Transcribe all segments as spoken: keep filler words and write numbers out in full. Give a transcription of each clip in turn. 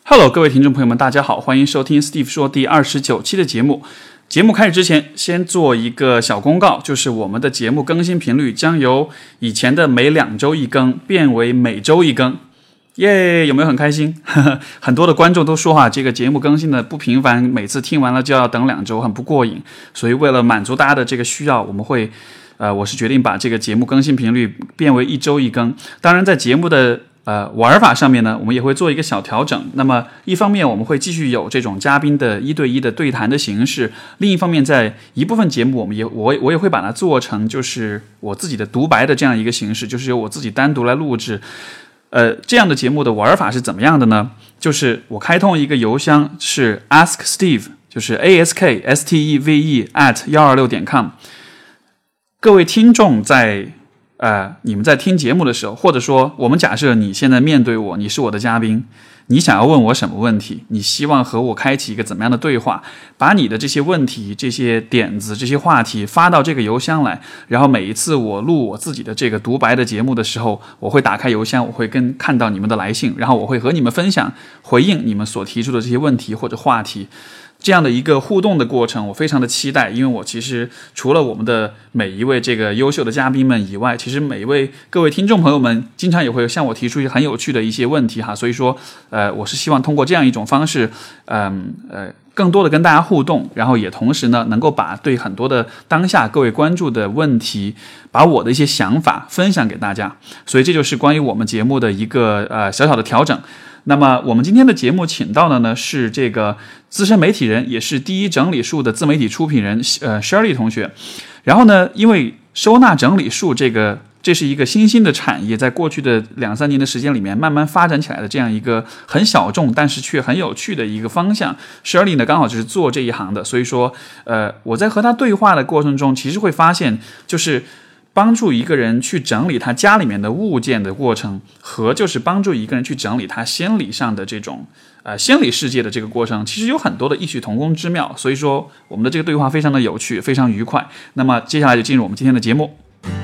Hello， 各位听众朋友们，大家好，欢迎收听 Steve 说第二十九期的节目。节目开始之前，先做一个小公告，就是我们的节目更新频率将由以前的每两周一更变为每周一更。耶，有没有很开心？很多的观众都说哈，这个节目更新的不频繁，每次听完了就要等两周，很不过瘾。所以为了满足大家的这个需要，我们会呃，我是决定把这个节目更新频率变为一周一更。当然，在节目的呃，玩法上面呢，我们也会做一个小调整。那么，一方面我们会继续有这种嘉宾的一对一的对谈的形式；另一方面，在一部分节目，我们也我我也会把它做成就是我自己的独白的这样一个形式，就是由我自己单独来录制。呃，这样的节目的玩法是怎么样的呢？就是我开通一个邮箱是 ask steve， 就是 a s k s t e v e at 一二六点 com。各位听众在。呃，你们在听节目的时候，或者说我们假设你现在面对我，你是我的嘉宾，你想要问我什么问题，你希望和我开启一个怎么样的对话，把你的这些问题、这些点子、这些话题发到这个邮箱来，然后每一次我录我自己的这个独白的节目的时候，我会打开邮箱，我会跟看到你们的来信，然后我会和你们分享回应你们所提出的这些问题或者话题。这样的一个互动的过程我非常的期待，因为我其实除了我们的每一位这个优秀的嘉宾们以外，其实每一位各位听众朋友们经常也会向我提出一些很有趣的一些问题哈，所以说呃，我是希望通过这样一种方式嗯 呃, 呃更多的跟大家互动，然后也同时呢能够把对很多的当下各位关注的问题，把我的一些想法分享给大家，所以这就是关于我们节目的一个呃小小的调整。那么我们今天的节目请到的呢是这个资深媒体人，也是第一整理术的自媒体出品人呃 Shirley 同学。然后呢，因为收纳整理术这个这是一个新兴的产业，在过去的两三年的时间里面慢慢发展起来的这样一个很小众但是却很有趣的一个方向。Shirley 呢刚好就是做这一行的，所以说呃我在和他对话的过程中，其实会发现就是帮助一个人去整理他家里面的物件的过程，和就是帮助一个人去整理他心理上的这种呃心理世界的这个过程，其实有很多的异曲同工之妙。所以说我们的这个对话非常的有趣，非常愉快。那么接下来就进入我们今天的节目。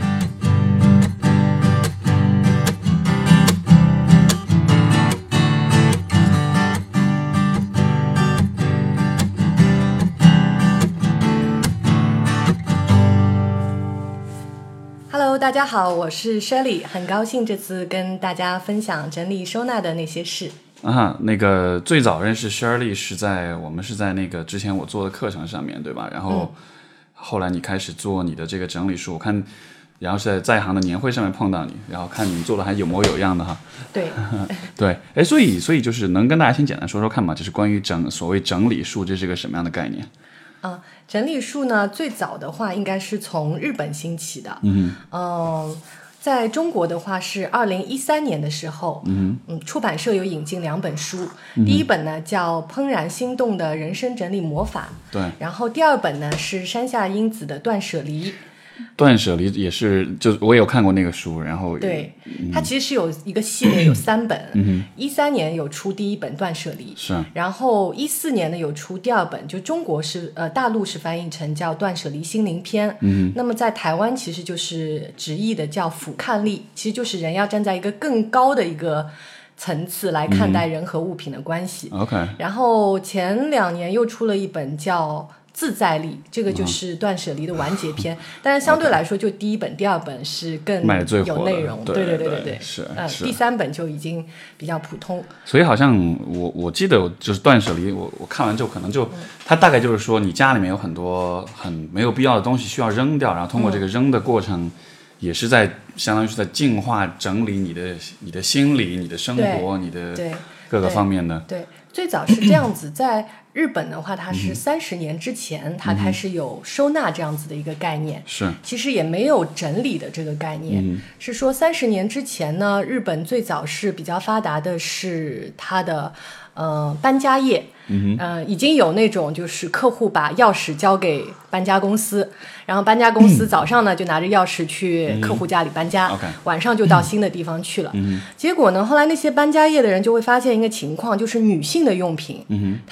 大家好，我是 Shirley， 很高兴这次跟大家分享整理收纳的那些事。 啊，那个最早认识 Shirley 是在我们是在那个之前我做的课程上面，对吧？然后后来你开始做你的这个整理术，我看，然后是在在行的年会上面碰到你，然后看你做的还有模有样的哈。 对， 对，哎，所以所以就是能跟大家先简单说说看嘛，就是关于整所谓整理术，这是个什么样的概念？ 啊，整理术呢，最早的话应该是从日本兴起的。 嗯嗯，在中国的话是二零一三年的时候，嗯嗯，出版社有引进两本书， 嗯、 第一本呢叫《怦然心动的人生整理魔法》， 对， 然后第二本呢是山下英子的《断舍离》。 断舍离也是，就我也有看过那个书，然后对、嗯、它其实是有一个系列，有三本。 嗯， 一三年有出第一本断舍离， 是， 然后一四年呢有出第二本，就中国是呃大陆是翻译成叫断舍离心灵篇。 嗯， 那么在台湾其实就是直译的叫俯瞰力，其实就是人要站在一个更高的一个层次来看待人和物品的关系。 嗯、OK， 然后前两年又出了一本叫自在力，这个就是断舍离的完结篇、嗯、但是相对来说就第一本第二本是更有内容， 对对对对对对，是、 呃、 是， 第三本就已经比较普通。 所以好像我我记得就是断舍离，我我看完之后可能就、嗯、它大概就是说你家里面有很多很没有必要的东西需要扔掉，然后通过这个扔的过程、嗯、也是在相当于是在净化整理你的你的心理、你的生活、你的各个方面的。 对，对，最早是这样子，在日本的话，它是三十年之前、嗯、它开始有收纳这样子的一个概念， 是， 其实也没有整理的这个概念、嗯、是说三十年之前呢，日本最早是比较发达的是它的呃搬家业。 嗯呃，已经有那种就是客户把钥匙交给搬家公司，然后搬家公司早上呢、嗯、就拿着钥匙去客户家里搬家、 嗯、 晚上就到新的地方去了、 嗯、 结果呢后来那些搬家业的人就会发现一个情况，就是女性的用品、 嗯、 他们搞不定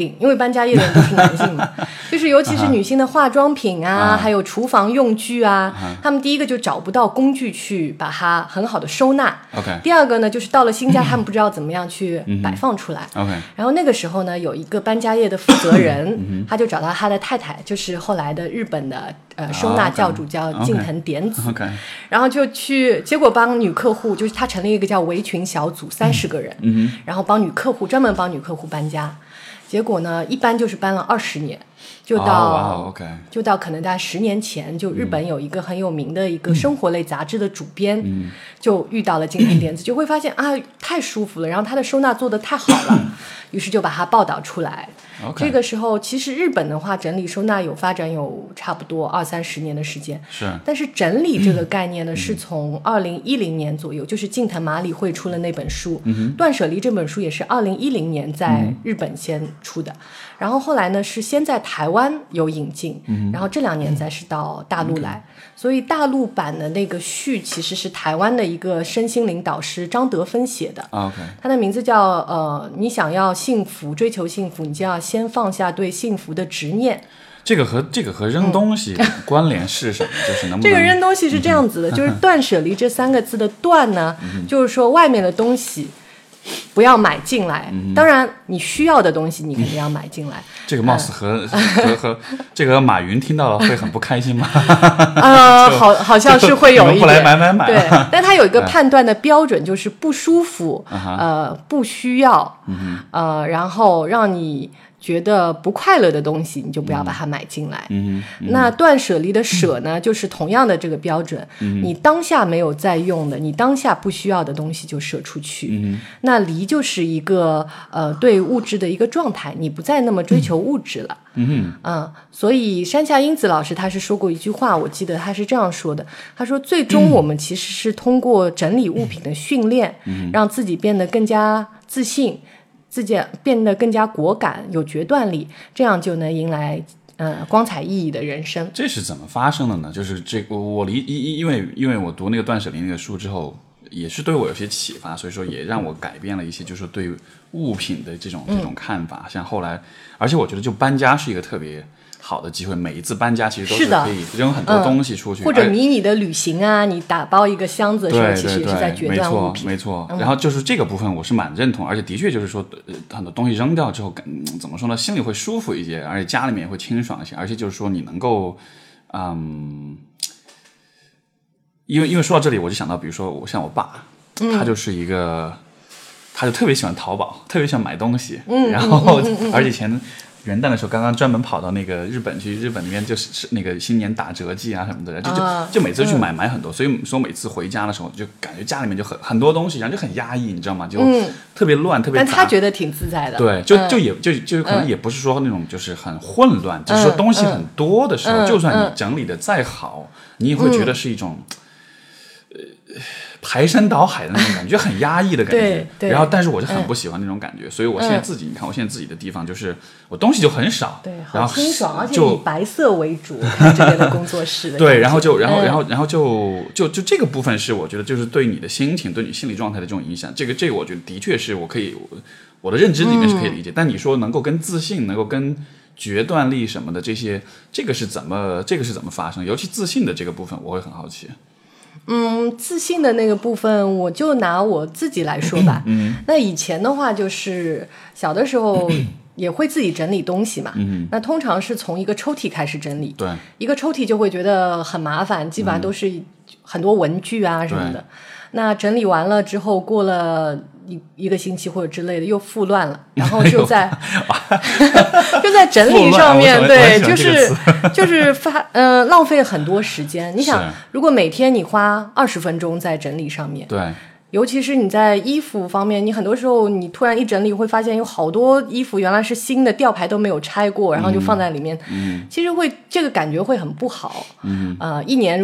定，因为搬家业的人都是男性嘛，就是尤其是女性的化妆品啊， uh-huh. 还有厨房用具啊， uh-huh. 他们第一个就找不到工具去把它很好的收纳。 Okay. 第二个呢，就是到了新家，他们不知道怎么样去摆放出来。 Okay. 然后那个时候呢，有一个搬家业的负责人，他就找到他的太太，就是后来的日本的呃收纳教主，叫近藤典子。 Okay. Okay. 然后就去，结果帮女客户，就是他成立一个叫围裙小组，三十个人， 嗯， 然后帮女客户专门帮女客户搬家。结果呢，一搬就是搬了二十年，就到、 oh, wow, okay. 就到可能大概十年前，就日本有一个很有名的一个生活类杂志的主编， 嗯、 就遇到了近藤典子，就会发现啊，太舒服了，然后他的收纳做得太好了，于是就把它报道出来。 Okay. 这个时候，其实日本的话，整理收纳有发展有差不多二三十年的时间， 是。 但是整理这个概念呢，嗯、是从二零一零年左右，就是近藤麻里惠出了那本书， 嗯、 断舍离这本书也是二零一零年在日本先出的，嗯、然后后来呢是先在台湾有引进， 嗯、 然后这两年才是到大陆来，嗯、所以大陆版的那个序其实是台湾的一个身心灵导师张德芬写的， okay. 他的名字叫呃，你想要幸福，追求幸福，你就要先放下对幸福的执念。 这个和这个和扔东西关联是什么？嗯、就是能不能这个扔东西是这样子的，嗯、就是断舍离这三个字的断呢，嗯、就是说外面的东西不要买进来，嗯、当然你需要的东西你肯定要买进来。 这个貌似和、嗯、和和这个马云听到了会很不开心吗？ 呃，好，好像是会有一点。 不来买买买。 对，但他有一个判断的标准，就是不舒服， 嗯、 呃，不需要， 嗯、 呃，然后让你觉得不快乐的东西，你就不要把它买进来。 嗯嗯、 那断舍离的舍呢，嗯、就是同样的这个标准。 嗯、 你当下没有在用的，你当下不需要的东西就舍出去。 嗯、 那离就是一个呃对物质的一个状态，你不再那么追求物质了。 嗯嗯，所以山下英子老师他是说过一句话，我记得他是这样说的，他说最终我们其实是通过整理物品的训练， 嗯、 让自己变得更加自信，自己变得更加果敢，有决断力，这样就能迎来呃光彩熠熠的人生。 这是怎么发生的呢？就是这我我理因因为因为我读那个断舍离那个书之后，也是对我有些启发，所以说也让我改变了一些，就是对物品的这种这种看法。嗯、像后来，而且我觉得就搬家是一个特别好的机会，每一次搬家其实都是可以扔很多东西出去， 嗯、或者迷你的旅行啊，你打包一个箱子的时候，其实也是在决断物品。 没错，没错。 嗯、 然后就是这个部分我是蛮认同，而且的确就是说，呃、很多东西扔掉之后，嗯，怎么说呢，心里会舒服一些，而且家里面也会清爽一些，而且就是说你能够，嗯，因为因为说到这里，我就想到，比如说我像我爸， 嗯、 他就是一个，他就特别喜欢淘宝，特别喜欢买东西， 嗯、 然后、 嗯嗯嗯、 而且以前元旦的时候，刚刚专门跑到那个日本去，日本那边就是那个新年打折季啊什么的，就就就每次去买、嗯、买很多，所以说每次回家的时候，就感觉家里面就很很多东西，然后就很压抑，你知道吗？就特别乱，嗯、特别杂。 但他觉得挺自在的。 对，就就也就就可能也不是说那种就是很混乱， 嗯、 只是说东西很多的时候， 嗯、 就算你整理的再好，嗯、你也会觉得是一种。呃，排山倒海的那种感觉，很压抑的感觉。 对， 然后，但是我是很不喜欢那种感觉，嗯、所以我现在自己，你看，我现在自己的地方就是我东西就很少， 对， 然后好清爽，而且以白色为主，看这边的工作室的。 对，然后就，然后， 嗯、 然后，然后就就就这个部分是我觉得就是对你的心情、对你心理状态的这种影响，这个这个我觉得的确是我可以我我的认知里面是可以理解，嗯、但你说能够跟自信，能够跟决断力什么的这些，这个是怎么这个是怎么发生？尤其自信的这个部分，我会很好奇。 嗯，自信的那个部分，我就拿我自己来说吧。 嗯， 那以前的话，就是小的时候也会自己整理东西嘛。 嗯， 那通常是从一个抽屉开始整理。 对， 一个抽屉就会觉得很麻烦，基本上都是很多文具啊什么的。那整理完了之后，过了一一个星期或者之类的，又复乱了，然后就在就在整理上面，对，就是就是发呃浪费很多时间。你想，如果每天你花二十分钟在整理上面， 对， 尤其是你在衣服方面，你很多时候你突然一整理，会发现有好多衣服原来是新的，吊牌都没有拆过，然后就放在里面， 嗯， 其实会这个感觉会很不好。 嗯， 呃，一年如果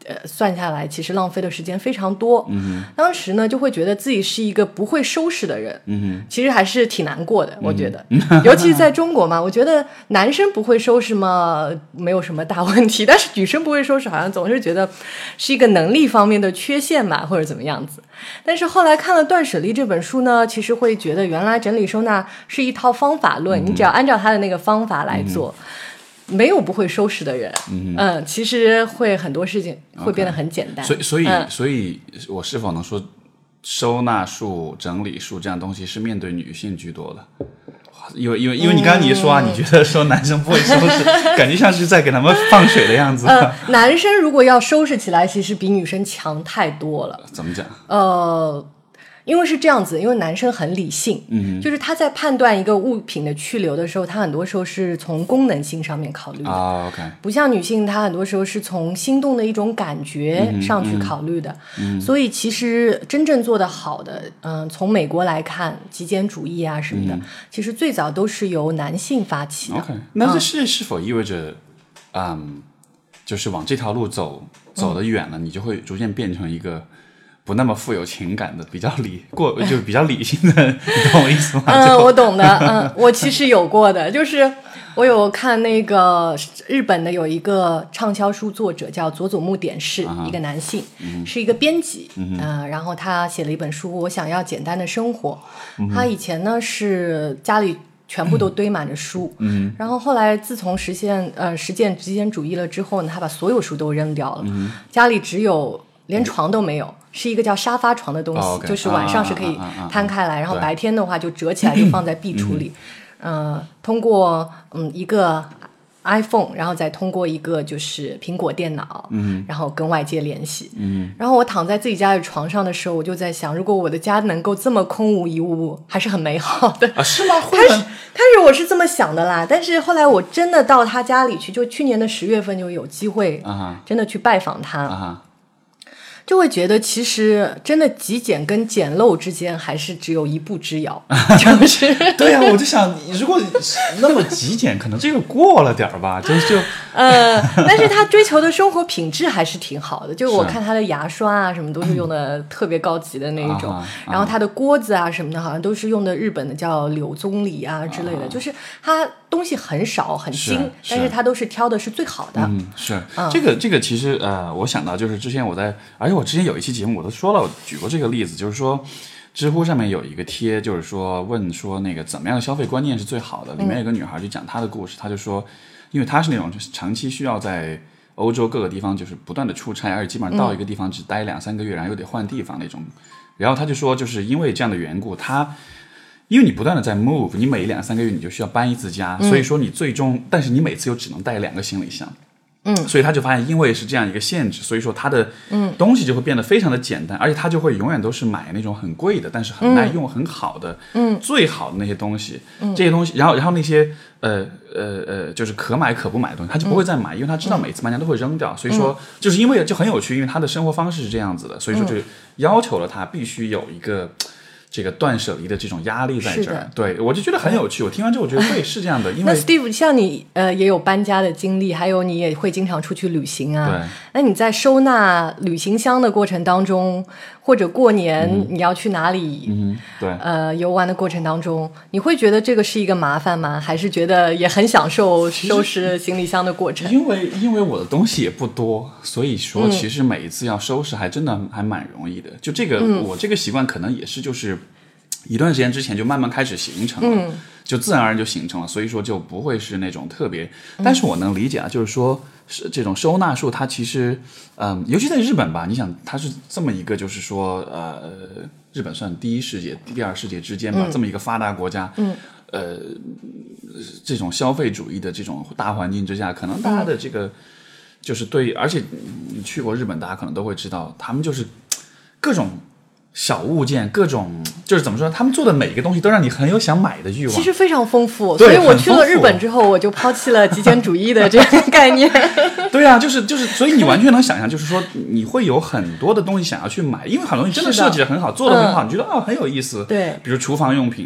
呃，算下来其实浪费的时间非常多。嗯，当时呢就会觉得自己是一个不会收拾的人。嗯，其实还是挺难过的，我觉得。嗯、尤其是在中国嘛，我觉得男生不会收拾嘛，没有什么大问题，但是女生不会收拾，好像总是觉得是一个能力方面的缺陷嘛，或者怎么样子。但是后来看了《断舍离》这本书呢，其实会觉得原来整理收纳是一套方法论，嗯、你只要按照他的那个方法来做。嗯，没有不会收拾的人。 嗯, 嗯，其实会很多事情会变得很简单。 Okay. 所以所以、嗯、所以我是否能说收纳术整理术这样东西是面对女性居多的？因为因为因为你刚刚你一说啊、嗯、你觉得说男生不会收拾感觉像是在给他们放水的样子。 呃，男生如果要收拾起来其实比女生强太多了。 怎么讲？ 呃因为是这样子，因为男生很理性，嗯，就是他在判断一个物品的去留的时候，他很多时候是从功能性上面考虑的啊、oh, ，OK， 不像女性，她很多时候是从心动的一种感觉上去考虑的，嗯嗯、所以其实真正做得好的，嗯、呃，从美国来看，极简主义啊什么的，嗯、其实最早都是由男性发起的。 OK， 那这是是否意味着，嗯，就是往这条路走走得远了，嗯、你就会逐渐变成一个不那么富有情感的比较理过就是比较理性的你懂我意思吗？ 嗯，我懂的。嗯，我其实有过的，就是我有看那个日本的有一个畅销书作者叫佐佐木典士、uh-huh. 一个男性、嗯、是一个编辑、uh-huh. 呃、然后他写了一本书我想要简单的生活、uh-huh. 他以前呢是家里全部都堆满着书、嗯、然后后来自从实现呃实践极简主义了之后呢，他把所有书都扔掉了、嗯、家里只有连床都没有，是一个叫沙发床的东西、oh, okay. 就是晚上是可以摊开来、啊啊啊啊、然后白天的话就折起来就放在壁橱里、嗯、呃，通过嗯一个 iPhone 然后再通过一个就是苹果电脑、嗯、然后跟外界联系、嗯、然后我躺在自己家的床上的时候我就在想，如果我的家能够这么空无一物还是很美好的啊。是吗？ 开始开始我是这么想的啦，但是后来我真的到他家里去，就去年的十月份就有机会真的去拜访他、啊就会觉得其实真的极简跟简陋之间还是只有一步之遥就是对啊，我就想如果那么极简可能这个过了点吧，就就呃，但是他追求的生活品质还是挺好的，就我看他的牙刷啊什么都是用的特别高级的那一种、啊、然后他的锅子啊什么的好像都是用的日本的叫柳宗理啊之类的、啊、就是他东西很少很精，是但是他都是挑的是最好的。 嗯，是、嗯、这个这个其实呃，我想到就是之前我在，而且我之前有一期节目我都说了，我举过这个例子，就是说知乎上面有一个贴，就是说问说那个怎么样的消费观念是最好的，里面有个女孩就讲她的故事，她就说因为她是那种就是长期需要在欧洲各个地方就是不断的出差，而且基本上到一个地方只待两三个月，然后又得换地方那种，然后她就说就是因为这样的缘故，她因为你不断的在 move， 你每两三个月你就需要搬一次家、嗯、所以说你最终但是你每次又只能带两个行李箱，嗯，所以他就发现因为是这样一个限制，所以说他的东西就会变得非常的简单、嗯、而且他就会永远都是买那种很贵的但是很耐用、嗯、很好的、嗯、最好的那些东西、嗯、这些东西然后然后那些呃呃呃就是可买可不买的东西他就不会再买、嗯、因为他知道每次搬家都会扔掉、嗯、所以说就是因为就很有趣，因为他的生活方式是这样子的，所以说就要求了他必须有一个这个断舍离的这种压力在这儿，对，我就觉得很有趣。我听完之后我觉得对是这样的，因为那 Steve 像你呃也有搬家的经历，还有你也会经常出去旅行啊。 对， 那你在收纳旅行箱的过程当中，或者过年你要去哪里、 嗯、对呃游玩的过程当中，你会觉得这个是一个麻烦吗？还是觉得也很享受收拾行李箱的过程？ 因为因为我的东西也不多，所以说其实每一次要收拾还真的还蛮容易的。就这个、嗯、我这个习惯可能也是就是一段时间之前就慢慢开始形成了、嗯、就自然而然就形成了，所以说就不会是那种特别，但是我能理解啊，就是说是这种收纳术它其实嗯，尤其在日本吧，你想它是这么一个就是说呃，日本算第一世界第二世界之间吧、嗯、这么一个发达国家，嗯，呃，这种消费主义的这种大环境之下，可能大家的这个就是对，而且你去过日本大家可能都会知道，他们就是各种小物件，各种就是怎么说，他们做的每一个东西都让你很有想买的欲望， 其实非常丰富。所以我去了日本之后，我就抛弃了极简主义的这个概念。 对啊，就是就是，所以你完全能想象，就是说你会有很多的东西想要去买，因为很多东西真的设计的很好，做的很好，你觉得啊、哦、很有意思。 对， 比如厨房用品。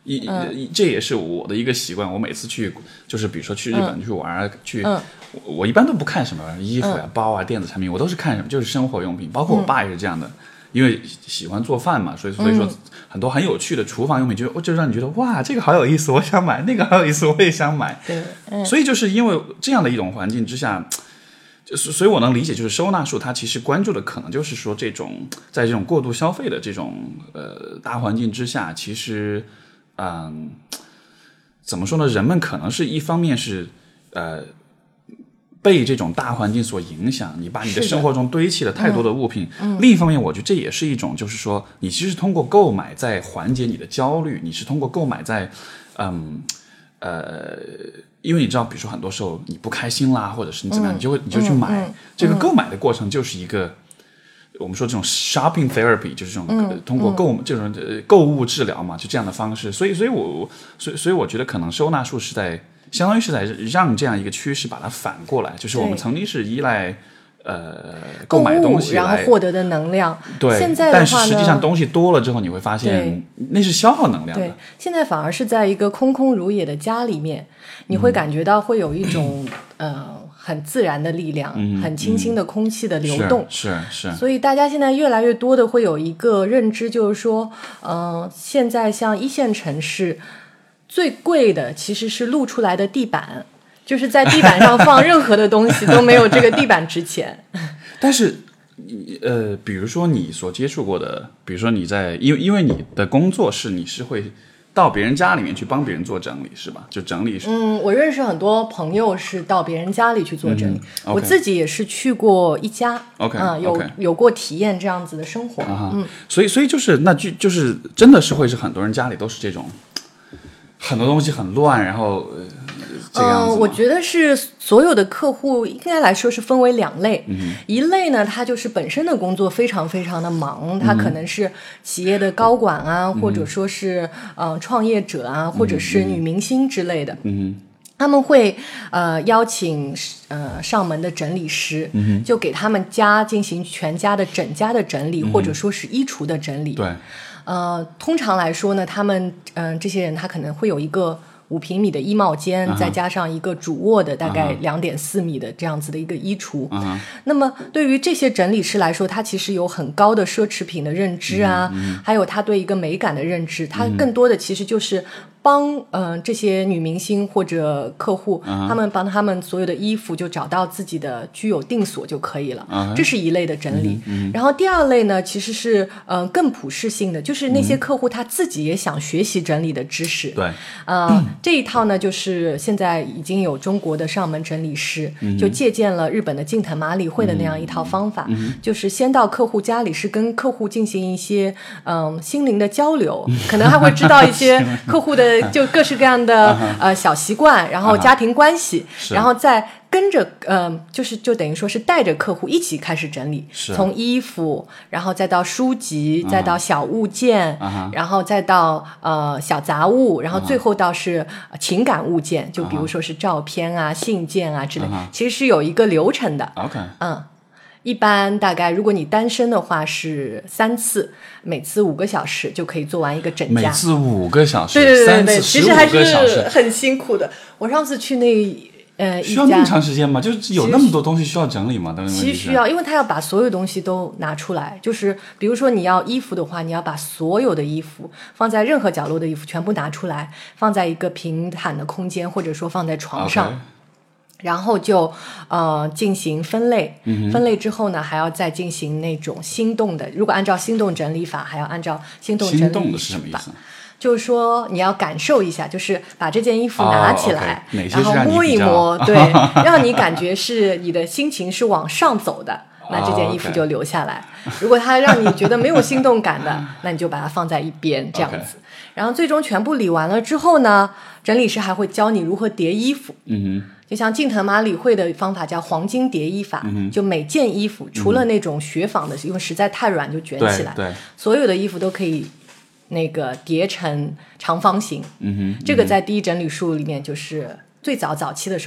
一、嗯、这也是我的一个习惯。我每次去，就是比如说去日本去玩、嗯、去、嗯，我一般都不看什么衣服呀、嗯、包啊、电子产品，我都是看什么，就是生活用品。包括我爸也是这样的，嗯、因为喜欢做饭嘛，所以所以说很多很有趣的厨房用品，就就让你觉得哇，这个好有意思，我想买；那个好有意思，我也想买。 对，嗯、 所以就是因为这样的一种环境之下。所以我能理解，就是收纳术它其实关注的可能就是说，这种在这种过度消费的这种呃大环境之下，其实嗯、呃、怎么说呢？人们可能是一方面是呃被这种大环境所影响，你把你的生活中堆砌了太多的物品；嗯、另一方面，我觉得这也是一种，就是说你其实通过购买在缓解你的焦虑，你是通过购买在嗯呃。因为你知道，比如说很多时候你不开心啦，或者是你怎么样，嗯、你就会你就去买、嗯嗯。这个购买的过程就是一个，嗯、我们说这种 shopping therapy， 就是这种、嗯、通过购、嗯、这种、呃、购物治疗嘛，就这样的方式。所以，所以我所以所以我觉得可能收纳术是在相当于是在让这样一个趋势把它反过来，就是我们曾经是依赖呃购买东西然后获得的能量。 对， 现在的话呢， 但是实际上东西多了之后，你会发现那是消耗能量的。 对，现在反而是在一个空空如也的家里面。你会感觉到会有一种、嗯、呃很自然的力量、嗯、很清新的空气的流动， 是 是, 是。 所以大家现在越来越多的会有一个认知，就是说，呃，现在像一线城市最贵的其实是露出来的地板，就是在地板上放任何的东西都没有这个地板值钱。 但是。呃，比如说你所接触过的，比如说你在，因为因为你的工作是你是会到别人家里面去帮别人做整理是吧？就整理是。 嗯，我认识很多朋友是到别人家里去做整理，嗯 okay. 我自己也是去过一家 ，OK， 嗯，有 okay. 有过体验这样子的生活， 啊、嗯，所以所以就是那就就是真的是会是很多人家里都是这种很多东西很乱，然后。 嗯、呃，我觉得是所有的客户应该来说是分为两类、嗯、一类呢他就是本身的工作非常非常的忙，他可能是企业的高管啊、嗯、或者说是呃创业者啊、嗯、或者是女明星之类的， 嗯， 他们会呃邀请呃上门的整理师、嗯、就给他们家进行全家的整家的整理、嗯、或者说是衣橱的整理。 对， 呃通常来说呢他们嗯、呃、这些人他可能会有一个五平米的衣帽间、uh-huh. 再加上一个主卧的大概两点四米的这样子的一个衣橱、uh-huh. 那么对于这些整理师来说，他其实有很高的奢侈品的认知啊、uh-huh. 还有他对一个美感的认知，他更多的其实就是帮呃这些女明星或者客户、uh-huh. 他们帮他们所有的衣服就找到自己的居有定所就可以了、uh-huh. 这是一类的整理、uh-huh. 然后第二类呢其实是呃更普适性的，就是那些客户他自己也想学习整理的知识， 对、uh-huh. 呃这一套呢就是现在已经有中国的上门整理师、嗯、就借鉴了日本的近藤麻里惠的那样一套方法、嗯、就是先到客户家里是跟客户进行一些嗯心灵的交流，可能还会知道一些客户的就各式各样的呃小习惯，然后家庭关系，然后再跟着呃就是就等于说是带着客户一起开始整理，从衣服然后再到书籍、uh-huh. 再到小物件、uh-huh. 然后再到呃小杂物，然后最后到是情感物件，就比如说是照片啊、uh-huh. 信件啊之类、uh-huh. 其实是有一个流程的。 OK， 嗯，一般大概如果你单身的话是三次，每次五个小时就可以做完一个整家。 每次五个小时， 对对对对， 其实还是很辛苦的。我上次去那呃需要那么长时间吗？就是有那么多东西需要整理吗？ 其实需要，因为他要把所有东西都拿出来，就是比如说你要衣服的话，你要把所有的衣服放在任何角落的衣服全部拿出来，放在一个平坦的空间，或者说放在床上。Okay.然后就呃进行分类、嗯、分类之后呢还要再进行那种心动的，如果按照心动整理法还要按照心动整理法。 心动的是什么意思？ 就是说你要感受一下，就是把这件衣服拿起来、 oh, okay. 然后摸一摸，对，让你感觉是你的心情是往上走的那这件衣服就留下来、oh, okay. 如果它让你觉得没有心动感的那你就把它放在一边这样子、okay. 然后最终全部理完了之后呢，整理师还会教你如何叠衣服。 嗯哼， 就像近藤麻里惠的方法叫黄金叠衣法、嗯、就每件衣服除了那种雪纺的、嗯、因为实在太软就卷起来， 对对， 所有的衣服都可以那个叠成长方形。 嗯哼， 这个在第一整理术里面就是最早早期的时候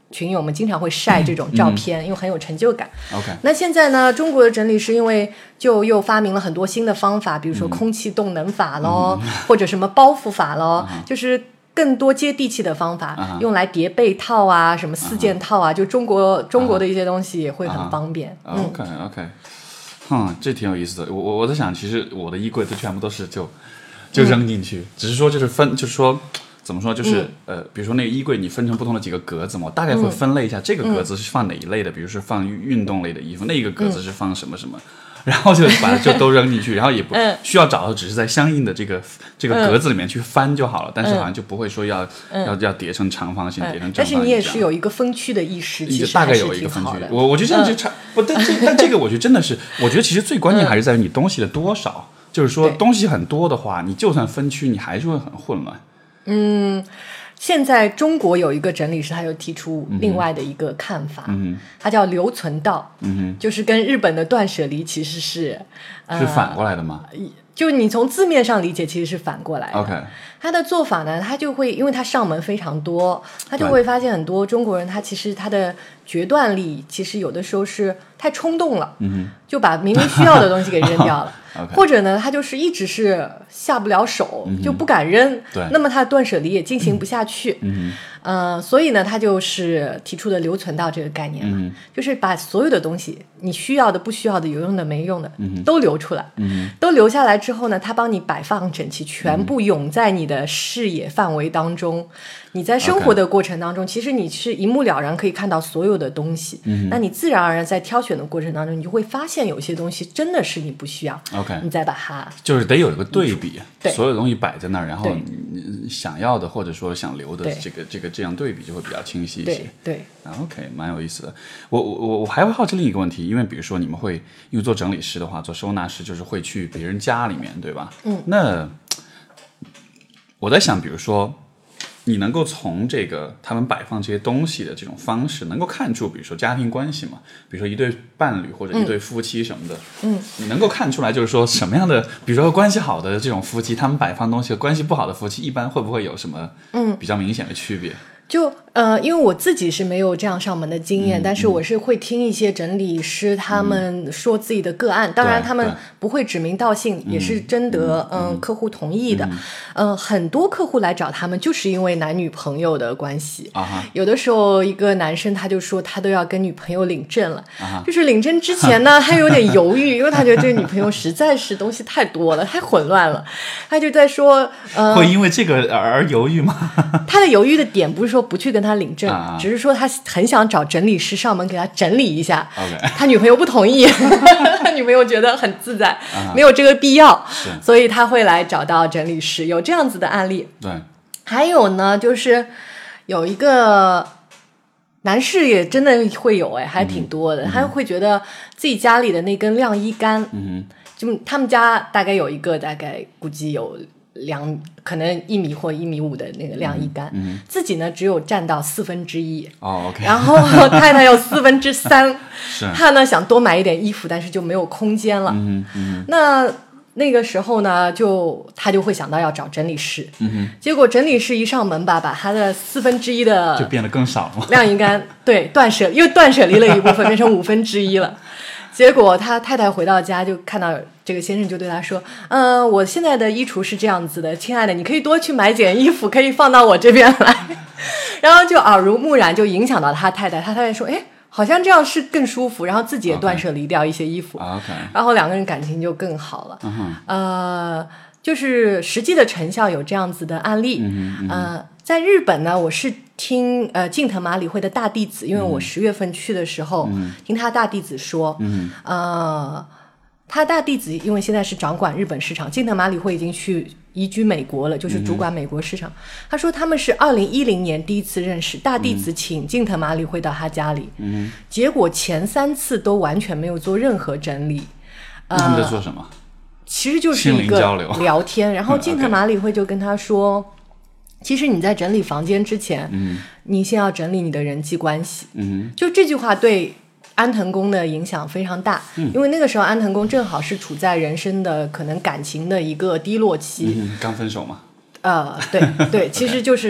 群友们经常会晒这种照片，嗯、因为很有成就感。 OK， 那现在呢，中国的整理师因为就又发明了很多新的方法，比如说空气动能法咯，嗯、或者什么包袱法咯，嗯、就是更多接地气的方法，嗯、用来叠被套啊，什么四件套啊，嗯、就中国中国的一些东西也会很方便。 嗯、OK OK， 哼，这挺有意思的。我我我在想，其实我的衣柜都全部都是就就扔进去，嗯、只是说就是分，就是说。怎么说？就是、嗯、呃，比如说那个衣柜，你分成不同的几个格子嘛，我大概会分类一下，嗯、这个格子是放哪一类的，嗯、比如说放运动类的衣服，那个格子是放什么什么，嗯、然后就把它就都扔进去，然后也不、嗯、需要找到，只是在相应的这个这个格子里面去翻就好了，嗯、但是好像就不会说要、嗯、要要叠成长方形，嗯、叠成正方形。 但是你也是有一个分区的意识，其实大概有一个分区。我我觉得这样就差、嗯、不，但这但这个我觉得真的是，我觉得其实最关键还是在于你东西的多少，嗯、就是说东西很多的话，你就算分区，你还是会很混乱。 嗯。现在中国有一个整理师，他又提出另外的一个看法，嗯、他叫留存道，嗯、就是跟日本的断舍离其实是、 呃、是反过来的吗？ 就你从字面上理解，其实是反过来的。 OK， 他的做法呢，他就会因为他上门非常多，他就会发现很多中国人，他其实他的决断力其实有的时候是太冲动了，嗯、就把明明需要的东西给扔掉了。Okay. 或者呢，他就是一直是下不了手，嗯、就不敢扔，那么他断舍离也进行不下去，嗯呃，所以呢，他就是提出的留存道这个概念了，嗯、就是把所有的东西，你需要的、不需要的、有用的、没用的，嗯、都留出来，嗯、都留下来之后呢，他帮你摆放整齐，全部涌在你的视野范围当中。你在生活的过程当中， okay. 其实你是一目了然可以看到所有的东西，嗯、那你自然而然在挑选的过程当中，你就会发现有些东西真的是你不需要， OK， 你再把它就是得有一个对比，所有东西摆在那儿，然后你想要的或者说想留的这个这个这样对比就会比较清晰一些。 对对、 啊、OK， 蛮有意思的。我我我还会好奇另一个问题，因为比如说你们会因为做整理师的话，做收纳师就是会去别人家里面，对吧？嗯，那我在想，比如说。你能够从这个他们摆放这些东西的这种方式能够看出比如说家庭关系嘛，比如说一对伴侣或者一对夫妻什么的，嗯，你能够看出来就是说什么样的比如说关系好的这种夫妻他们摆放东西和关系不好的夫妻一般会不会有什么比较明显的区别？ 就呃，因为我自己是没有这样上门的经验，嗯、但是我是会听一些整理师他们说自己的个案，嗯、当然他们不会指名道姓，也是征得嗯、呃、客户同意的。嗯、呃，很多客户来找他们就是因为男女朋友的关系。啊、有的时候一个男生他就说他都要跟女朋友领证了，啊、就是领证之前呢，他有点犹豫，因为他觉得这个女朋友实在是东西太多了，太混乱了。他就在说，呃， 会因为这个而犹豫吗？ 他的犹豫的点不是说不去跟他领证，啊、只是说他很想找整理师上门给他整理一下。 Okay. 他女朋友不同意，他女朋友觉得很自在，啊、没有这个必要，所以他会来找到整理师，有这样子的案例。 对， 还有呢，就是有一个男士也真的会有，哎，还挺多的，嗯、他会觉得自己家里的那根晾衣杆，嗯，就他们家大概有一个，大概估计有。两可能一米或一米五的那个晾衣杆，嗯嗯、自己呢只有占到四分之一， 哦 OK， 然后太太有四分之三，他呢想多买一点衣服，但是就没有空间了。嗯嗯、那那个时候呢，就他就会想到要找整理师，嗯、结果整理师一上门吧，把他的四分之一的就变得更少了。 晾衣杆对断舍，又断舍离了一部分，变成五分之一了。结果他太太回到家就看到这个先生，就对他说：“嗯、呃，我现在的衣橱是这样子的，亲爱的，你可以多去买件衣服，可以放到我这边来。”然后就耳濡目染，就影响到他太太。他太太说：“哎，好像这样是更舒服。”然后自己也断舍离掉一些衣服， okay. 然后两个人感情就更好了。Uh-huh. 呃，就是实际的成效有这样子的案例。Uh-huh. 呃，在日本呢，我是听呃近藤麻里惠的大弟子，因为我十月份去的时候，嗯、听他大弟子说，嗯、呃，他大弟子因为现在是掌管日本市场，近藤麻里惠已经去移居美国了，就是主管美国市场。嗯、他说他们是二零一零年第一次认识，大弟子请近藤麻里惠到他家里，嗯、结果前三次都完全没有做任何整理。 呃、他们在做什么？ 其实就是一个聊天，然后近藤麻里惠就跟他说。嗯其实你在整理房间之前，嗯，你先要整理你的人际关系。嗯，就这句话对安藤宫的影响非常大，嗯，因为那个时候安藤宫正好是处在人生的可能感情的一个低落期， 嗯，刚分手嘛。 呃，对对，其实就是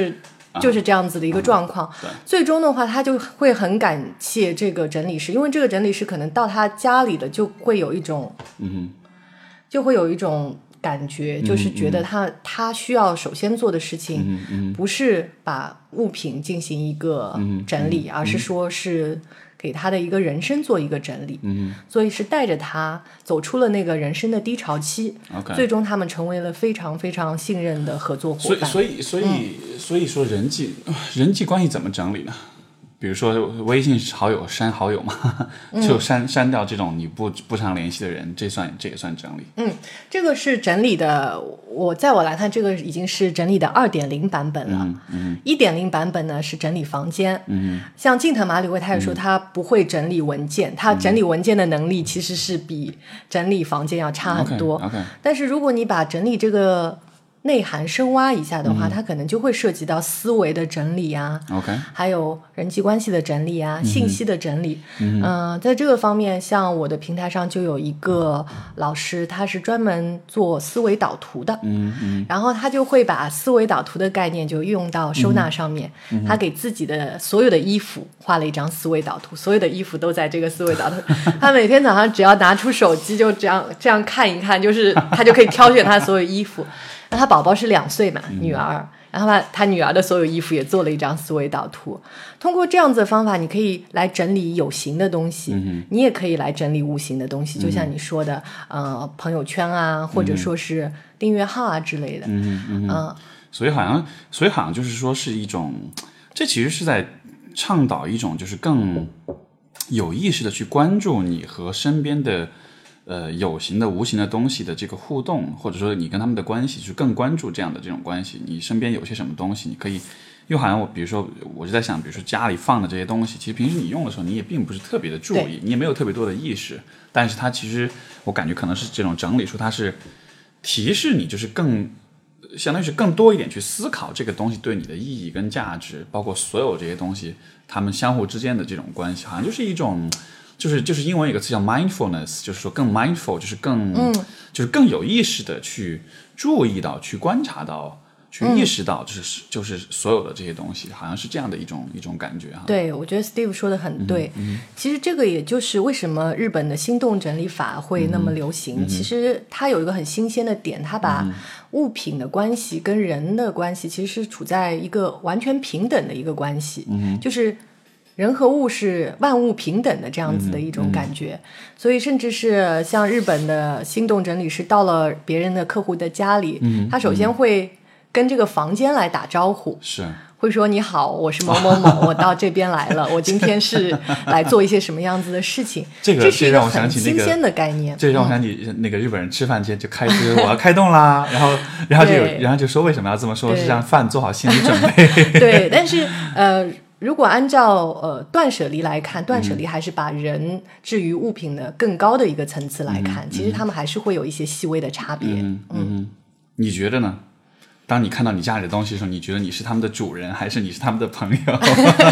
就是这样子的一个状况。 嗯、 最终的话，他就会很感谢这个整理师，因为这个整理师可能到他家里了，就会有一种， 嗯， 就会有一种感觉，就是觉得他、嗯、他需要首先做的事情， 嗯嗯， 不是把物品进行一个整理， 嗯、 而是说是给他的一个人生做一个整理。 嗯， 所以是带着他走出了那个人生的低潮期。 Okay. 最终他们成为了非常非常信任的合作伙伴。 所以，所以，所以，嗯、所以说人际人际关系怎么整理呢？比如说微信好友删好友嘛，就删、嗯、删掉这种你不不常联系的人，这算这也算整理。 嗯，这个是整理的，我在我来看，这个已经是整理的二点零版本了。 嗯， 一点零版本呢是整理房间。 嗯， 像近藤麻里惠他也说他不会整理文件，嗯、他整理文件的能力其实是比整理房间要差很多。 Okay, okay. 但是如果你把整理这个内涵深挖一下的话、 嗯、 它可能就会涉及到思维的整理啊 ，OK， 还有人际关系的整理啊， 嗯、 信息的整理。 嗯、 呃，在这个方面，像我的平台上就有一个老师，他是专门做思维导图的， 嗯嗯， 然后他就会把思维导图的概念就用到收纳上面。 嗯、 他给自己的所有的衣服画了一张思维导图，所有的衣服都在这个思维导图。他每天早上只要拿出手机，就这样这样看一看，就是他就可以挑选他所有衣服。那他宝宝是两岁嘛，女儿，然后他他女儿的所有衣服也做了一张思维导图。通过这样子的方法，你可以来整理有形的东西， 嗯、 你也可以来整理无形的东西，嗯、就像你说的，呃，朋友圈啊，或者说是订阅号啊之类的。 嗯嗯、呃、所以好像，所以好像就是说是一种，这其实是在倡导一种就是更有意识的去关注你和身边的。呃，有形的、无形的东西的这个互动，或者说你跟他们的关系，就更关注这样的这种关系。你身边有些什么东西，你可以，又好像我，比如说，我就在想，比如说家里放的这些东西，其实平时你用的时候，你也并不是特别的注意，你也没有特别多的意识。但是它其实，我感觉可能是这种整理术，它是提示你，就是更，相当于是更多一点去思考这个东西对你的意义跟价值，包括所有这些东西，它们相互之间的这种关系，好像就是一种。就是就是英文有个词叫 mindfulness， 就是说更 mindful， 就是更、嗯、就是更有意识的去注意到、去观察到、去意识到，就是、嗯、就是所有的这些东西，好像是这样的一种一种感觉哈。 对，我觉得 Steve 说的很对、 嗯嗯。 其实这个也就是为什么日本的心动整理法会那么流行。 嗯、 其实它有一个很新鲜的点，它把物品的关系跟人的关系其实是处在一个完全平等的一个关系， 嗯、 就是。人和物是万物平等的这样子的一种感觉、嗯嗯、所以甚至是像日本的心动整理师到了别人的客户的家里、 嗯、 他首先会跟这个房间来打招呼， 是会说你好，我是某某某我到这边来了我今天是来做一些什么样子的事情这个这是一个很新鲜的概念， 这让我想起那个日本人吃饭前就开始我要开动啦然后然后就有然后就说为什么要这么说，是让饭做好心理准备对但是呃如果按照呃断舍离来看，断舍离还是把人置于物品的更高的一个层次来看、嗯、其实他们还是会有一些细微的差别。 嗯 嗯, 嗯，你觉得呢？当你看到你家里的东西的时候，你觉得你是他们的主人还是你是他们的朋友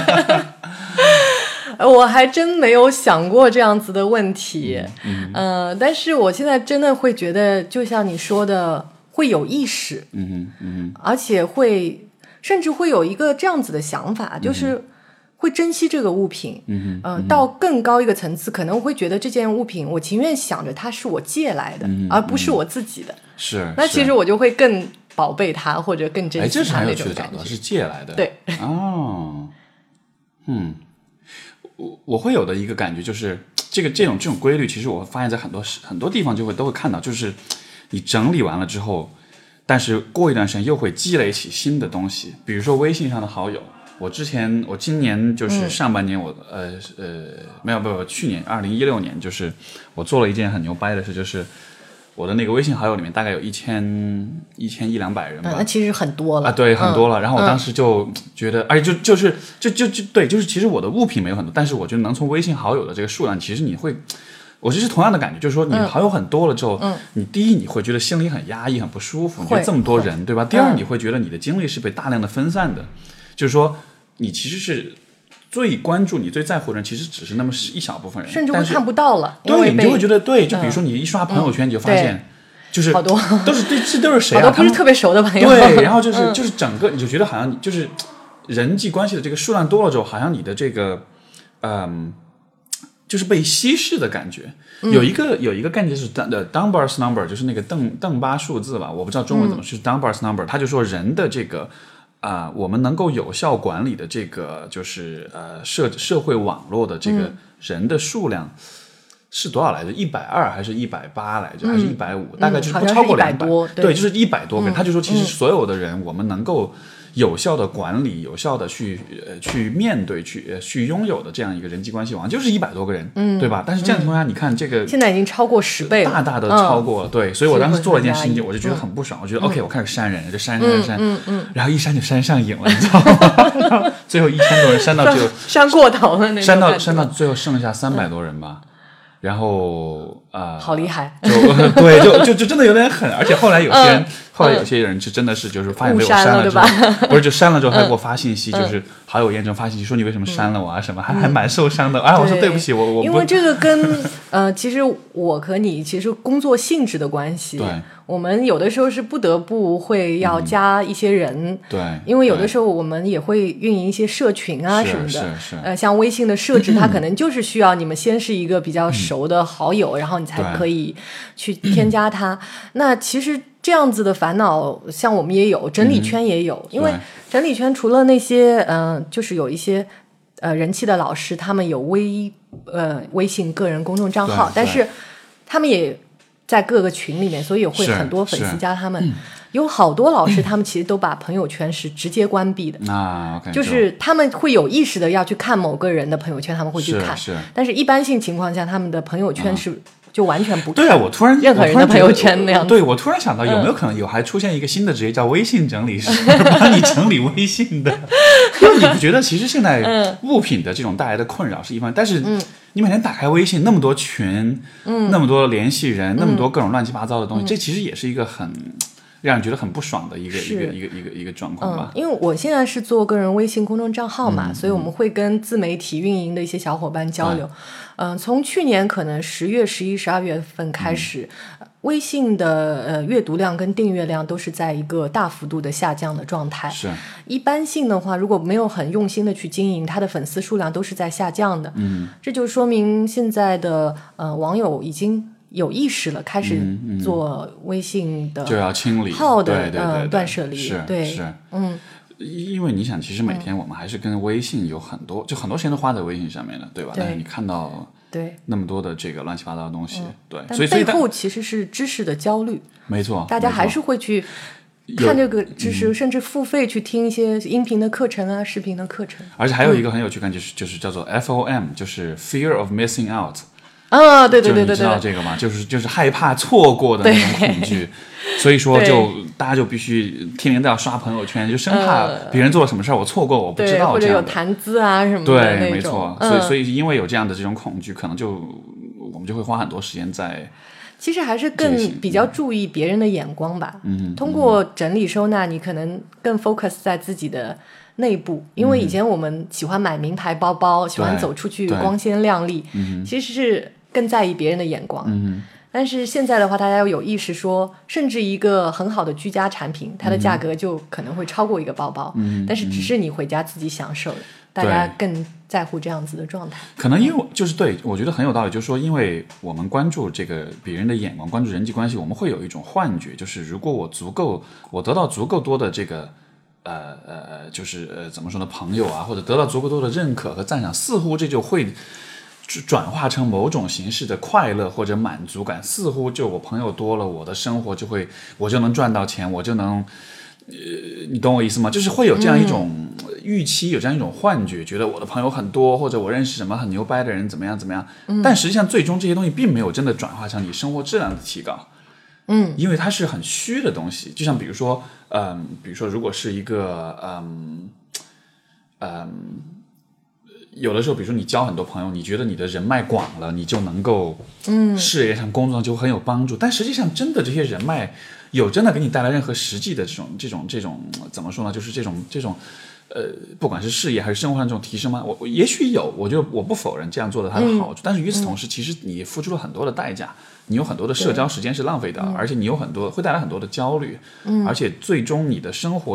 我还真没有想过这样子的问题、 嗯嗯、 呃，但是我现在真的会觉得就像你说的会有意识， 嗯嗯， 而且会甚至会有一个这样子的想法，就是会珍惜这个物品， 嗯呃，到更高一个层次，可能会觉得这件物品，我情愿想着它是我借来的， 嗯、 而不是我自己的。 是， 那其实我就会更宝贝它，或者更珍惜它那种感觉。哎，这是很有趣的角度， 是借来的。 对， 哦，嗯，我我会有的一个感觉就是，这个这种这种规律，其实我发现在很多很多地方就会都会看到，就是你整理完了之后。但是过一段时间又会积累起新的东西，比如说微信上的好友。我之前我今年就是上半年我、嗯、呃呃没有不不去年二零一六年就是我做了一件很牛掰的事，就是我的那个微信好友里面大概有一千一千一两百人吧、嗯， 那其实很多了啊，对，很多了。嗯、然后我当时就觉得，哎、嗯，就就是就就就对，就是其实我的物品没有很多，但是我觉得能从微信好友的这个数量，其实你会。我就是同样的感觉，就是说你好友很多了之后、嗯、你第一你会觉得心里很压抑很不舒服，你觉得这么多人对吧？第二你会觉得你的精力是被大量的分散的、嗯、就是说你其实是最关注你最在乎的人其实只是那么一小部分人， 甚至会看不到了， 对，你就会觉得对，就比如说你一刷朋友圈、嗯、你就发现就是好多都是对这都是谁啊， 好多不是特别熟的朋友， 对，然后就是、嗯、就是整个你就觉得好像就是人际关系的这个数量多了之后，好像你的这个嗯。就是被稀释的感觉， 嗯、 有一个有一个概念就是 Dunbar's number， 就是那个邓邓巴数字吧，我不知道中文怎么是、嗯、Dunbar's number， 他就说人的这个啊、呃，我们能够有效管理的这个就是呃社社会网络的这个人的数量是多少来着？一百二还是一百八来着？嗯、还是一百五？大概就是不超过两百、 嗯， 对，就是一百多个人、嗯。他就说，其实所有的人， 嗯、 我们能够有效的管理、有效的去呃去面对、去呃去拥有的这样一个人际关系网，就是一百多个人，嗯，对吧？但是这样的情况下，嗯、你看这个现在已经超过十倍了， 大大的超过了，嗯、对。所以我当时做了一件事情，我就觉得很不爽， 嗯、 我觉得 OK，、嗯、我开始删人，就删删删， 嗯嗯， 然后一删就删上瘾了，你知道吗？最后一千多人删到只有删过头了，那种删到删到最后剩下三百多人吧。嗯然后啊，呃、 好厉害！ 就对，就就就真的有点狠，而且后来有些人，嗯、后来有些人是真的是就是发现被我删了之后，不是就删了之后还给我发信息，嗯、就是好友验证发信息说你为什么删了我啊什么，嗯、还还蛮受伤的。哎、嗯，我说对不起，我我因为这个跟呃，其实我和你其实工作性质的关系， 对。 我们有的时候是不得不会要加一些人， 嗯、对， 因为有的时候我们也会运营一些社群啊什么的， 是是是呃，像微信的设置，它可能就是需要你们先是一个比较熟的好友，嗯、然后你才可以去添加它。嗯、那其实这样子的烦恼，像我们也有，整理圈也有，嗯、因为整理圈除了那些，嗯、呃，就是有一些呃人气的老师，他们有微呃微信个人公众账号，但是他们也在各个群里面，所以会很多粉丝加他们。有好多老师，他们其实都把朋友圈是直接关闭的。 啊、okay, 就是他们会有意识的要去看某个人的朋友圈，他们会去看。 是是但是一般性情况下，他们的朋友圈是、嗯、就完全不看。 对啊，我突然任何人的朋友圈那样子。 对，我突然想到，有没有可能有还出现一个新的职业叫微信整理师，帮你整理微信的？因为你不觉得其实现在物品的这种带来的困扰是一方面，但是。嗯你每天打开微信，那么多群，嗯，那么多联系人，嗯、那么多各种乱七八糟的东西，嗯、这其实也是一个很让人觉得很不爽的一个一个一个一个一个状况吧。 嗯，因为我现在是做个人微信公众账号嘛， 嗯、 所以我们会跟自媒体运营的一些小伙伴交流。嗯、呃，从去年可能十月、十一、十二月份开始。嗯微信的呃阅读量跟订阅量都是在一个大幅度的下降的状态。 是， 一般性的话，如果没有很用心的去经营，它的粉丝数量都是在下降的。 嗯， 这就说明现在的呃网友已经有意识了，开始做微信的就要清理号的对对对对呃断舍离。 是对是嗯。 因为你想，其实每天我们还是跟微信有很多，嗯、就很多时间都花在微信上面了，对吧？ 对但是你看到对那么多的这个乱七八糟的东西， 嗯、 对， 但所以背后其实是知识的焦虑， 没错， 大家还是会去看这个知识，甚至付费去听一些音频的课程啊、视频的课程。 而且还有一个很有趣感，就是就是叫做 F O M， 就是 Fear of Missing Out。 啊，对对对对对， 你知道这个吗？就是就是害怕错过的那种恐惧，所以说就大家就必须天天都要刷朋友圈，就生怕别人做了什么事儿我错过，我不知道， 或者有谈资啊什么的。 对，没错。所以所以因为有这样的这种恐惧，可能就我们就会花很多时间在。 其实还是更比较注意别人的眼光吧。嗯，通过整理收纳，你可能更 focus 在自己的内部，因为以前我们喜欢买名牌包包，喜欢走出去光鲜亮丽，其实是更在意别人的眼光。 嗯， 但是现在的话，大家要有意识说，甚至一个很好的居家产品，它的价格就可能会超过一个包包。嗯，但是只是你回家自己享受的，大家更在乎这样子的状态。 可能因为就是对，我觉得很有道理，就是说，因为我们关注这个别人的眼光，关注人际关系，我们会有一种幻觉，就是如果我足够，我得到足够多的这个。呃呃，就是呃，怎么说呢？朋友啊，或者得到足够多的认可和赞赏，似乎这就会转化成某种形式的快乐或者满足感。似乎就我朋友多了，我的生活就会，我就能赚到钱，我就能，呃，你懂我意思吗？就是会有这样一种预期，有这样一种幻觉，觉得我的朋友很多，或者我认识什么很牛掰的人，怎么样怎么样。嗯、但实际上，最终这些东西并没有真的转化成你生活质量的提高。 嗯， 因为它是很虚的东西，就像比如说，嗯，比如说，如果是一个，嗯，嗯，有的时候，比如说你交很多朋友，你觉得你的人脉广了，你就能够，嗯，事业上、工作上就很有帮助。但实际上，真的这些人脉有真的给你带来任何实际的这种、这种、这种怎么说呢？就是这种、这种，呃，不管是事业还是生活上这种提升吗？我我也许有，我就我不否认这样做的它的好处，嗯、但是与此同时，其实你付出了很多的代价。你有很多的社交时间是浪费掉，而且你有很多会带来很多的焦虑，嗯、而且最终你的生活的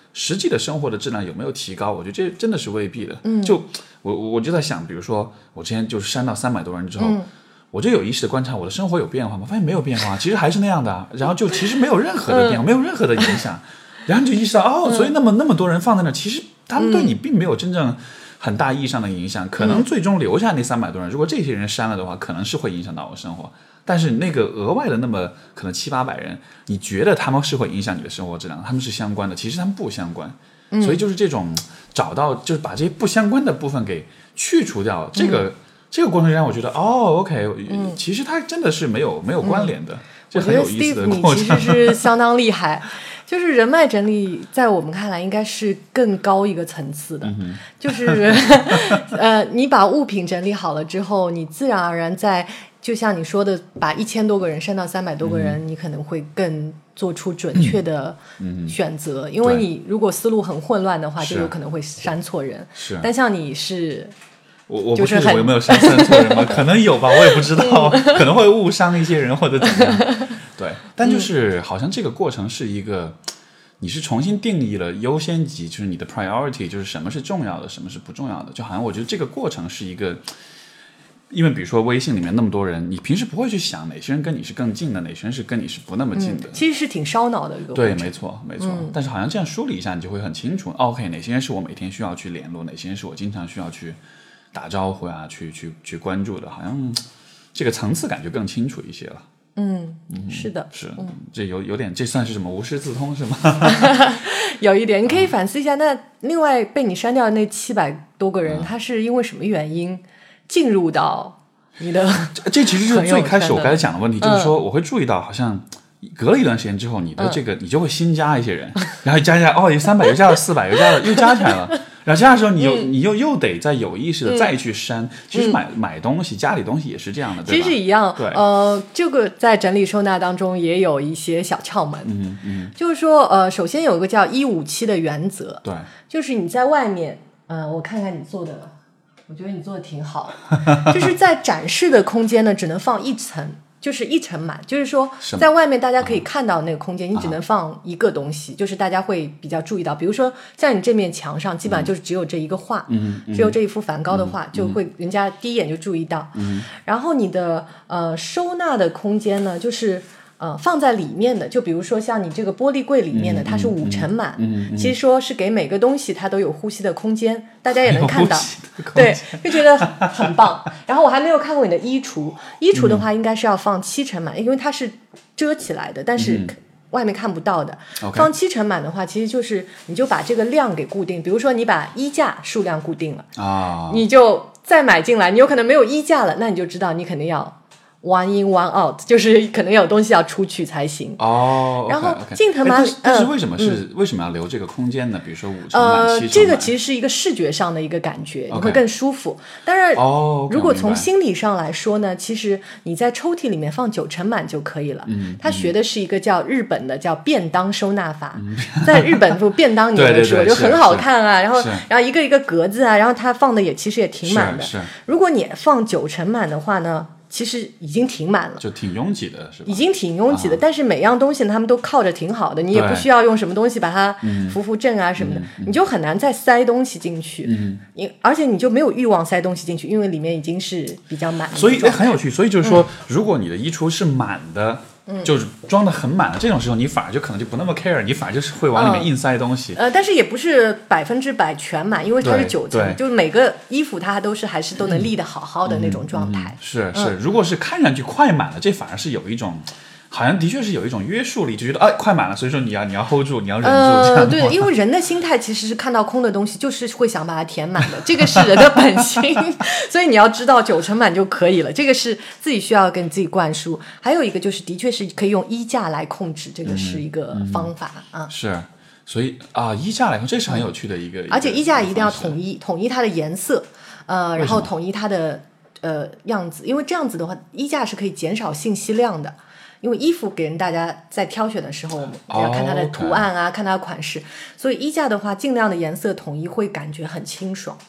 实际的生活的质量有没有提高？我觉得这真的是未必的。嗯，就我我就在想，比如说我之前就是删到三百多人之后。嗯，我就有意识的观察我的生活有变化吗？发现没有变化，其实还是那样的，然后就其实没有任何的变化，嗯、没有任何的影响，然后你就意识到哦，所以那么那么多人放在那，其实他们对你并没有真正很大意义上的影响，嗯、可能最终留下那三百多人，如果这些人删了的话，可能是会影响到我生活，但是那个额外的那么可能七八百人，你觉得他们是会影响你的生活质量，他们是相关的，其实他们不相关，嗯、所以就是这种找到就是把这些不相关的部分给去除掉，这个。嗯这个过程让我觉得哦 ，OK，、嗯、其实它真的是没有没有关联的，嗯、这很有意思的过程。 我觉得 Steve 你其实是相当厉害，就是人脉整理在我们看来应该是更高一个层次的，嗯、就是呃，你把物品整理好了之后，你自然而然在就像你说的，把一千多个人删到三百多个人，嗯、你可能会更做出准确的选择，嗯、因为你如果思路很混乱的话，就有可能会删错人。 是， 但像你是。 我我不确定我有没有删删错人吗？可能有吧，我也不知道，可能会误伤一些人或者怎么样。对，但就是好像这个过程是一个，你是重新定义了优先级，就是你的 priority， 就是什么是重要的，什么是不重要的。就好像我觉得这个过程是一个，因为比如说微信里面那么多人，你平时不会去想哪些人跟你是更近的，哪些人是跟你是不那么近的。 嗯、其实是挺烧脑的一个过程。对，没错，没错。嗯、但是好像这样梳理一下，你就会很清楚。OK， 哪些人是我每天需要去联络，哪些人是我经常需要去。打招呼啊，去去去关注的，好像这个层次感就更清楚一些了。 嗯，嗯是的， 是，嗯、这有有点，这算是什么无师自通是吗？ 有一点，你可以反思一下。嗯、那另外被你删掉的那七百多个人，嗯、他是因为什么原因进入到你的？ 这这其实就是最开始我刚才讲的问题，就是说我会注意到，好像隔了一段时间之后，你的这个、嗯、你就会新加一些人，然后加一加，哦，有三百，又加了四百，又加了又加起来了。然后这样的时候，你又、嗯、你又又得再有意识的再去删。嗯、其实买买东西，家里东西也是这样的，对吧？ 其实一样。 对， 呃，这个在整理收纳当中也有一些小窍门。 嗯嗯， 就是说，呃，首先有一个叫一五七的原则。 对， 就是你在外面，嗯、呃，我看看你做的，我觉得你做的挺好的。就是在展示的空间呢，只能放一层。就是一层满，就是说在外面大家可以看到那个空间，你只能放一个东西，就是大家会比较注意到，比如说像你这面墙上基本上就是只有这一个画， 嗯， 只有这一幅梵高的画， 嗯、 就会人家第一眼就注意到。 嗯， 然后你的呃收纳的空间呢，就是呃放在里面的，就比如说像你这个玻璃柜里面的， 嗯、 它是五层满， 嗯， 其实说是给每个东西它都有呼吸的空间，大家也能看到，对，就觉得很棒。然后我还没有看过你的衣橱，衣橱的话应该是要放七层满，因为它是遮起来的，但是外面看不到的。 嗯、 放七层满的话，其实就是你就把这个量给固定，比如说你把衣架数量固定了啊， 你就再买进来，你有可能没有衣架了，那你就知道你肯定要。one in one out， 就是可能有东西要出去才行哦。 然后 okay, okay. 镜头嘛， 但是为什么是、嗯、为什么要留这个空间呢？比如说五层满、 呃， 七层满， 这个其实是一个视觉上的一个感觉， okay. 你会更舒服。当然， 哦， 如果从心理上来说呢，其实你在抽屉里面放九层满就可以了。 嗯， 他学的是一个叫日本的叫便当收纳法，嗯、在日本不便当你有说就很好看啊，然后然后一个一个格子啊，然后它放的也其实也挺满的。 是是如果你放九层满的话呢？其实已经挺满了， 就挺拥挤的，是吧？ 已经挺拥挤的，啊、但是每样东西他们都靠着挺好的，你也不需要用什么东西把它扶扶正啊什么的， 嗯、 你就很难再塞东西进去。 嗯， 你而且你就没有欲望塞东西进去，因为里面已经是比较满的。 所以哎，很有趣。所以就是说，嗯、如果你的衣橱是满的。就是装的很满了，这种时候你反而就可能就不那么 care， 你反而就是会往里面硬塞东西。 嗯、呃，但是也不是百分之百全满，因为它是九层，就是每个衣服它都是还是都能立得好好的那种状态。 嗯嗯、是是、嗯，如果是看上去快满了，这反而是有一种。好像的确是有一种约束力，就觉得哎快满了，所以说你要你要 hold 住，你要忍住。 呃， 这样对，因为人的心态其实是看到空的东西，就是会想把它填满的，这个是人的本性。所以你要知道九成满就可以了，这个是自己需要跟自己灌输。还有一个就是，的确是可以用衣架来控制，这个是一个方法、 嗯嗯、 啊。 是，所以啊，衣架来控，这是很有趣的一个。 嗯、而且衣架一定要统一，统一它的颜色，呃，然后统一它的呃样子，因为这样子的话，衣架是可以减少信息量的。因为衣服给人大家在挑选的时候，我们要看它的图案啊， oh, okay. 看它的款式，所以衣架的话，尽量的颜色统一会感觉很清爽。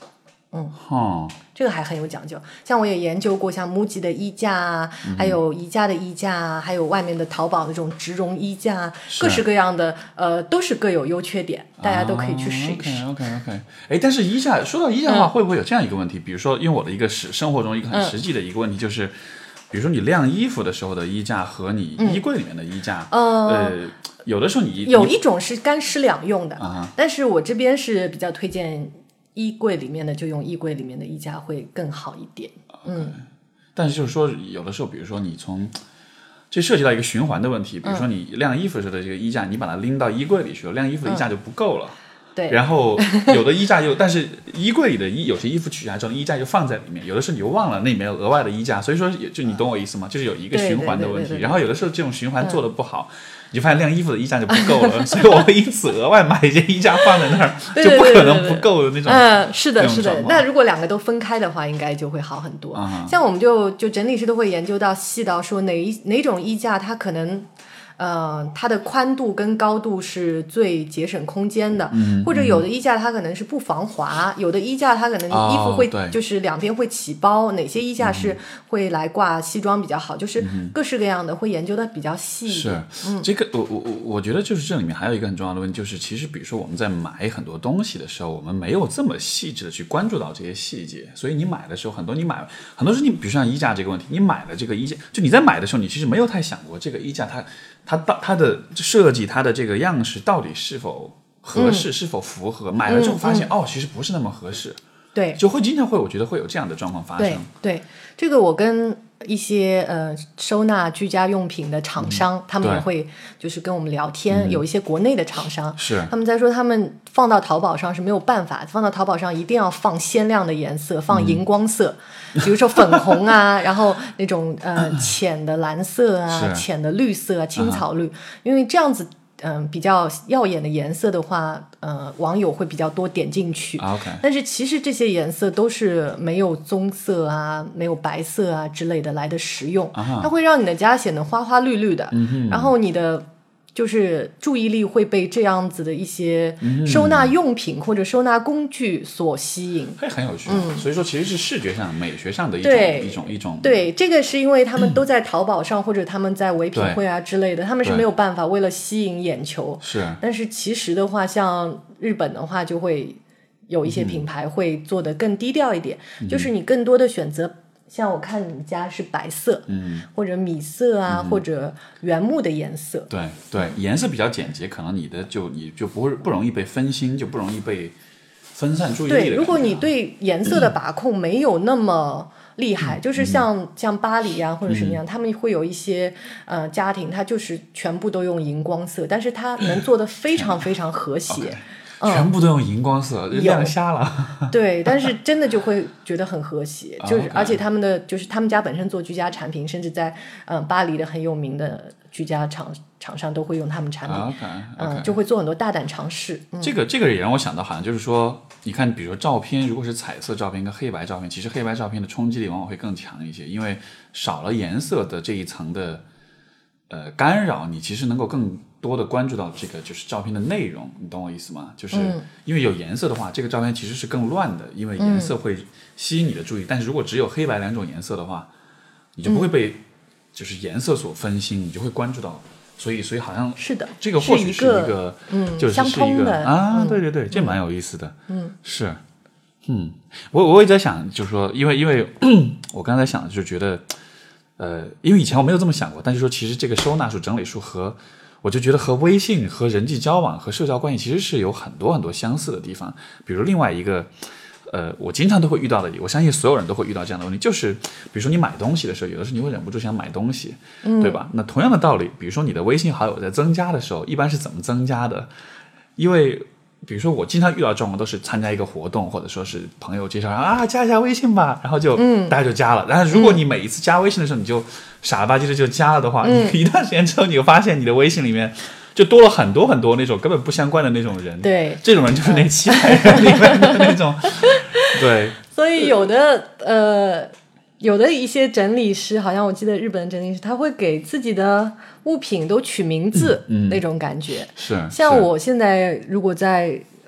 嗯， 哦， 这个还很有讲究。像我也研究过，像 MUJI 的衣架啊，嗯、还有宜家的衣架啊，还有外面的淘宝那种植绒衣架，各式各样的，呃，都是各有优缺点，大家都可以去试一试。 OK OK OK。哎，但是衣架，说到衣架的话，嗯、会不会有这样一个问题？比如说，因为我的一个实生活中一个很实际的一个问题就是。嗯比如说你晾衣服的时候的衣架和你衣柜里面的衣架，嗯、呃，有的时候你有一种是干湿两用的， 啊、 但是我这边是比较推荐衣柜里面的，就用衣柜里面的衣架会更好一点。嗯， okay. 但是就是说有的时候，比如说你从这涉及到一个循环的问题，比如说你晾衣服时候的这个衣架，你把它拎到衣柜里去了，晾衣服的衣架就不够了。嗯对， 然后有的衣架又，但是衣柜里的衣有些衣服取下来之后，衣架就放在里面，有的时候你又忘了那里面有额外的衣架，所以说就你懂我意思吗？就是有一个循环的问题。然后有的时候这种循环做的不好，嗯、你就发现晾衣服的衣架就不够了，所以我会因此额外买一件衣架放在那儿，就不可能不够的那种。 嗯，是的，是的。那如果两个都分开的话，应该就会好很多。嗯、像我们就就整理师都会研究到细到说哪一哪种衣架它可能。呃，它的宽度跟高度是最节省空间的， 嗯、 或者有的衣架它可能是不防滑，嗯、有的衣架它可能衣服会、 哦、 就是两边会起包，哪些衣架是会来挂西装比较好，嗯、就是各式各样的会研究的比较细一点。 是，嗯、这个我我我我觉得就是这里面还有一个很重要的问题，就是其实比如说我们在买很多东西的时候，我们没有这么细致的去关注到这些细节，所以你买的时候很多你买很多是你比如像衣架这个问题，你买了这个衣架，就你在买的时候你其实没有太想过这个衣架它。它到它的设计，它的这个样式到底是否合适，嗯、是否符合？买了之后发现、嗯嗯、哦，其实不是那么合适。 对， 就会经常会，我觉得会有这样的状况发生。 对，对这个我跟一些呃收纳居家用品的厂商，嗯、他们也会就是跟我们聊天。嗯、有一些国内的厂商， 是他们在说他们放到淘宝上是没有办法，放到淘宝上一定要放鲜亮的颜色，放荧光色。嗯比如说粉红啊，然后那种呃浅的蓝色啊，浅的绿色啊，青草绿，因为这样子嗯、呃、比较耀眼的颜色的话，呃网友会比较多点进去。 Okay. 但是其实这些颜色都是没有棕色啊、没有白色啊之类的来的实用， uh-huh. 它会让你的家显得花花绿绿的， 嗯、 然后你的。就是注意力会被这样子的一些收纳用品或者收纳工具所吸引， 会、嗯、很有趣、嗯。所以说，其实是视觉上、美学上的一种一种一种。 对，这个是因为他们都在淘宝上、嗯、或者他们在唯品会啊之类的，他们是没有办法为了吸引眼球。 是。 但是其实的话，像日本的话，就会有一些品牌会做得更低调一点，嗯、就是你更多的选择。像我看你们家是白色， 嗯， 或者米色啊， 嗯、 或者原木的颜色， 对对，颜色比较简洁，可能你的就你就不会不容易被分心，就不容易被分散注意力的。 对，如果你对颜色的把控没有那么厉害，嗯、就是像、嗯、像巴黎啊或者什么样，嗯、他们会有一些呃家庭，他就是全部都用荧光色，但是他能做得非常非常和谐。 okay.嗯、全部都用荧光色，亮瞎了。 对，但是真的就会觉得很和谐，就是、 okay. 而且他们的就是他们家本身做居家产品，甚至在嗯、呃、巴黎的很有名的居家厂厂商都会用他们产品，嗯、 okay. okay. 呃，就会做很多大胆尝试。嗯、 这个这个也让我想到，好像就是说，你看，比如说照片，如果是彩色照片跟黑白照片，其实黑白照片的冲击力往往会更强一些，因为少了颜色的这一层的呃干扰，你其实能够更。多的关注到这个就是照片的内容，你懂我意思吗？就是因为有颜色的话，这个照片其实是更乱的，因为颜色会吸引你的注意。嗯、但是如果只有黑白两种颜色的话，你就不会被就是颜色所分心，嗯、你就会关注到。所以，所以好像是的， 这个或许是一个， 嗯， 就是是一个啊， 嗯、 对对对，这蛮有意思的。 嗯， 是，嗯，我我也在想，就是说，因为因为我刚才想的就是觉得，呃，因为以前我没有这么想过，但是说其实这个收纳术、整理术和我就觉得和微信、和人际交往、和社交关系其实是有很多很多相似的地方。比如另外一个，呃，我经常都会遇到的，我相信所有人都会遇到这样的问题，就是比如说你买东西的时候，有的时候你会忍不住想买东西， 嗯、 对吧？那同样的道理，比如说你的微信好友在增加的时候，一般是怎么增加的？因为比如说我经常遇到的状况都是参加一个活动，或者说是朋友介绍啊，加一下微信吧，然后就、嗯、大家就加了。但是如果你每一次加微信的时候，你就傻了吧唧的就加了的话， 嗯、 你一段时间之后，你就发现你的微信里面就多了很多很多那种根本不相关的那种人。 对， 这种人就是那七百人里面的那种。对， 所以有的呃。有的一些整理师，好像我记得日本的整理师，他会给自己的物品都取名字， 嗯嗯、 那种感觉。 是， 像我现在如果在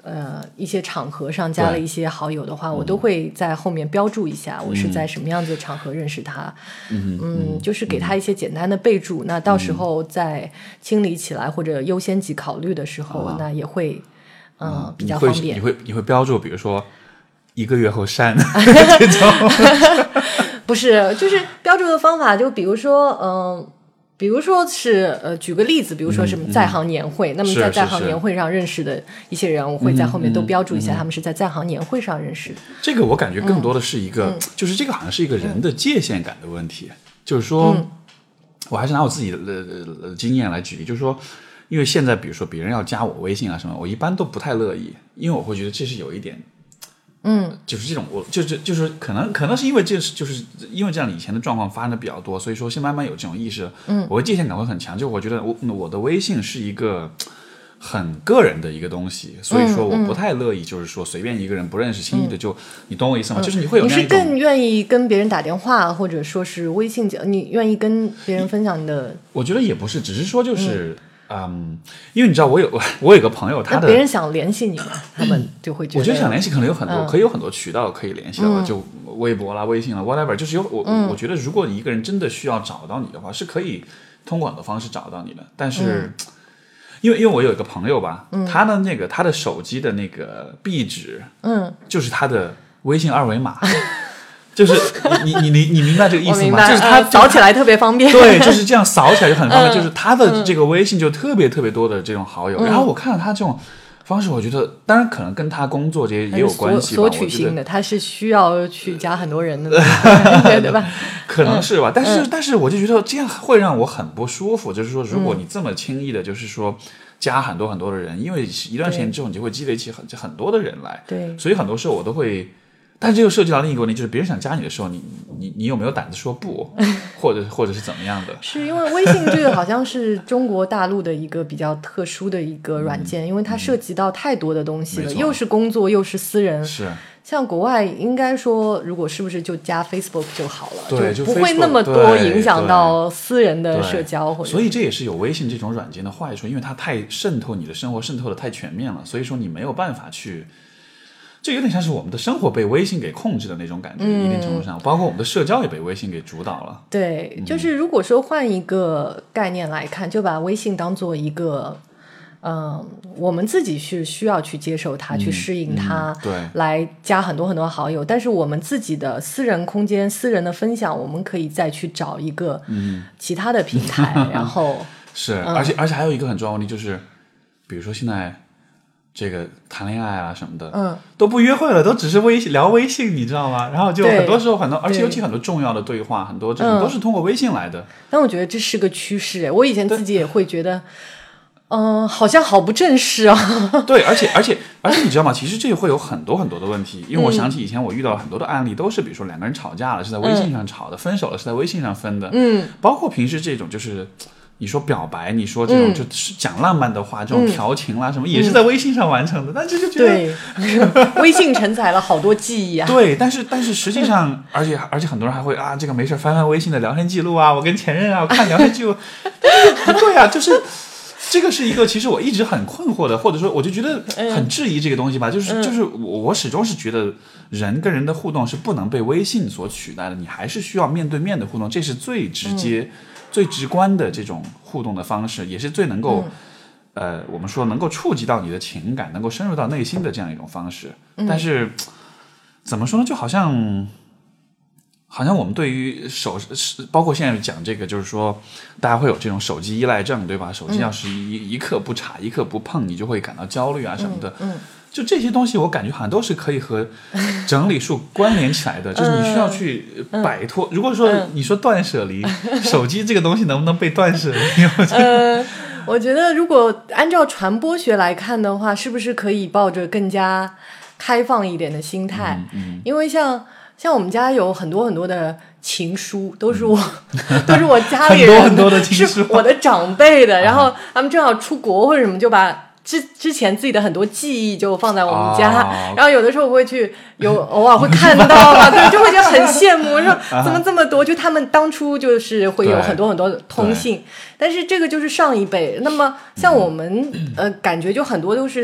呃一些场合上加了一些好友的话，我都会在后面标注一下我是在什么样子的场合认识他。 嗯嗯，就是给他一些简单的备注，嗯、那到时候在清理起来或者优先级考虑的时候，嗯、那也会嗯、呃、比较方便。 你会你会你会标注，比如说一个月后删这种。 不是，就是标注的方法，就比如说嗯。呃比如说是呃，举个例子，比如说什么在行年会，嗯嗯、那么在在行年会上认识的一些人，我会在后面都标注一下，他们是在在行年会上认识的。 这个我感觉更多的是一个，嗯、就是这个好像是一个人的界限感的问题。嗯、就是说，嗯、我还是拿我自己的、呃、经验来举例，就是说，因为现在比如说别人要加我微信啊什么，我一般都不太乐意，因为我会觉得这是有一点。 嗯， 就是这种，我就是就是可能可能是因为这是就是因为这样以前的状况发生的比较多，所以说现在慢慢有这种意识，嗯，我的界限感会很强，就我觉得我我的微信是一个很个人的一个东西，所以说我不太乐意就是说随便一个人不认识轻易的就、嗯、你懂我意思吗？嗯、就是你会有那样一种， 你是更愿意跟别人打电话，或者说是微信，你愿意跟别人分享你的？ 我觉得也不是，只是说就是。嗯嗯，因为你知道我有我有个朋友，他的别人想联系你嘛，他们就会觉得。 我觉得想联系可能有很多，嗯、可以有很多渠道可以联系到，嗯、就微博啦、微信啦 ，whatever， 就是有我、嗯、我觉得如果你一个人真的需要找到你的话，是可以通过很多方式找到你的。但是，嗯、因为因为我有一个朋友吧，嗯、他的那个他的手机的那个壁纸，嗯，就是他的微信二维码。就是你你你你明白这个意思吗？就是它扫起来特别方便。 对，就是这样扫起来就很方便。嗯、就是他的这个微信就特别特别多的这种好友，嗯、然后我看到他这种方式，我觉得当然可能跟他工作这些也有关系吧。 索取型的，他是需要去加很多人的，对吧？ 可能是吧，嗯、但是、嗯、但是我就觉得这样会让我很不舒服。就是说，如果你这么轻易的，就是说加很多很多的人，因为一段时间之后，你就会积累起很很多的人来。 对， 所以很多时候我都会。但这又涉及到另一个问题，就是别人想加你的时候，你你你有没有胆子说不，或者或者是怎么样的？ 是因为微信这个好像是中国大陆的一个比较特殊的一个软件，嗯、因为它涉及到太多的东西了，又是工作又是私人。 是。 像国外应该说，如果是不是就加 Facebook 就好了， 对， 就不会那么多影响到私人的社交或者。 所以这也是有微信这种软件的坏处，因为它太渗透你的生活，渗透的太全面了，所以说你没有办法去。这有点像是我们的生活被微信给控制的那种感觉，嗯、一定程度上，包括我们的社交也被微信给主导了。 对，嗯、就是如果说换一个概念来看，就把微信当做一个，嗯、呃，我们自己是需要去接受它，嗯、去适应它， 嗯、对， 来加很多很多好友。但是我们自己的私人空间、私人的分享，我们可以再去找一个其他的平台，嗯、然后是，嗯、而且而且还有一个很重要的问题就是，比如说现在。这个谈恋爱啊什么的，嗯，都不约会了，都只是微聊微信，你知道吗？然后就很多时候很多，而且尤其很多重要的对话，很多这种都是通过微信来的。 但我觉得这是个趋势，我以前自己也会觉得，嗯、呃，好像好不正式啊。 对，而且而且而且你知道吗？其实这会有很多很多的问题，因为我想起以前我遇到很多的案例，都是比如说两个人吵架了是在微信上吵的，嗯、分手了是在微信上分的，嗯，包括平时这种就是。你说表白，你说这种就是讲浪漫的话，嗯、这种调情啦什么，嗯、也是在微信上完成的，嗯、但这就觉得对，微信承载了好多记忆啊。 对，但是但是实际上，而且而且很多人还会啊，这个没事翻翻微信的聊天记录啊，我跟前任啊，我看聊天记录，不对啊，就是这个是一个其实我一直很困惑的，或者说我就觉得很质疑这个东西吧，嗯、就是就是我我始终是觉得人跟人的互动是不能被微信所取代的，你还是需要面对面的互动，这是最直接。嗯最直观的这种互动的方式，也是最能够，嗯、呃，我们说能够触及到你的情感，能够深入到内心的这样一种方式。嗯、但是怎么说呢？就好像，好像我们对于手，包括现在讲这个，就是说，大家会有这种手机依赖症，对吧？手机要是一、嗯、一刻不查、一刻不碰，你就会感到焦虑啊什么的。嗯。嗯就这些东西，我感觉好像都是可以和整理术关联起来的，就是你需要去摆脱。嗯、如果说你说断舍离，嗯、手机这个东西能不能被断舍离？ 呃，我觉得如果按照传播学来看的话，是不是可以抱着更加开放一点的心态？嗯嗯、因为像像我们家有很多很多的情书，都是我、嗯、都是我家里人很多很多的情书， 是我的长辈的，然后他们正好出国或者什么，就把。之之前自己的很多记忆就放在我们家，哦、然后有的时候我会去有偶尔会看到嘛，对，就会觉得很羡慕，说怎么这么多？就他们当初就是会有很多很多通信，但是这个就是上一辈。那么像我们、嗯、呃，感觉就很多都是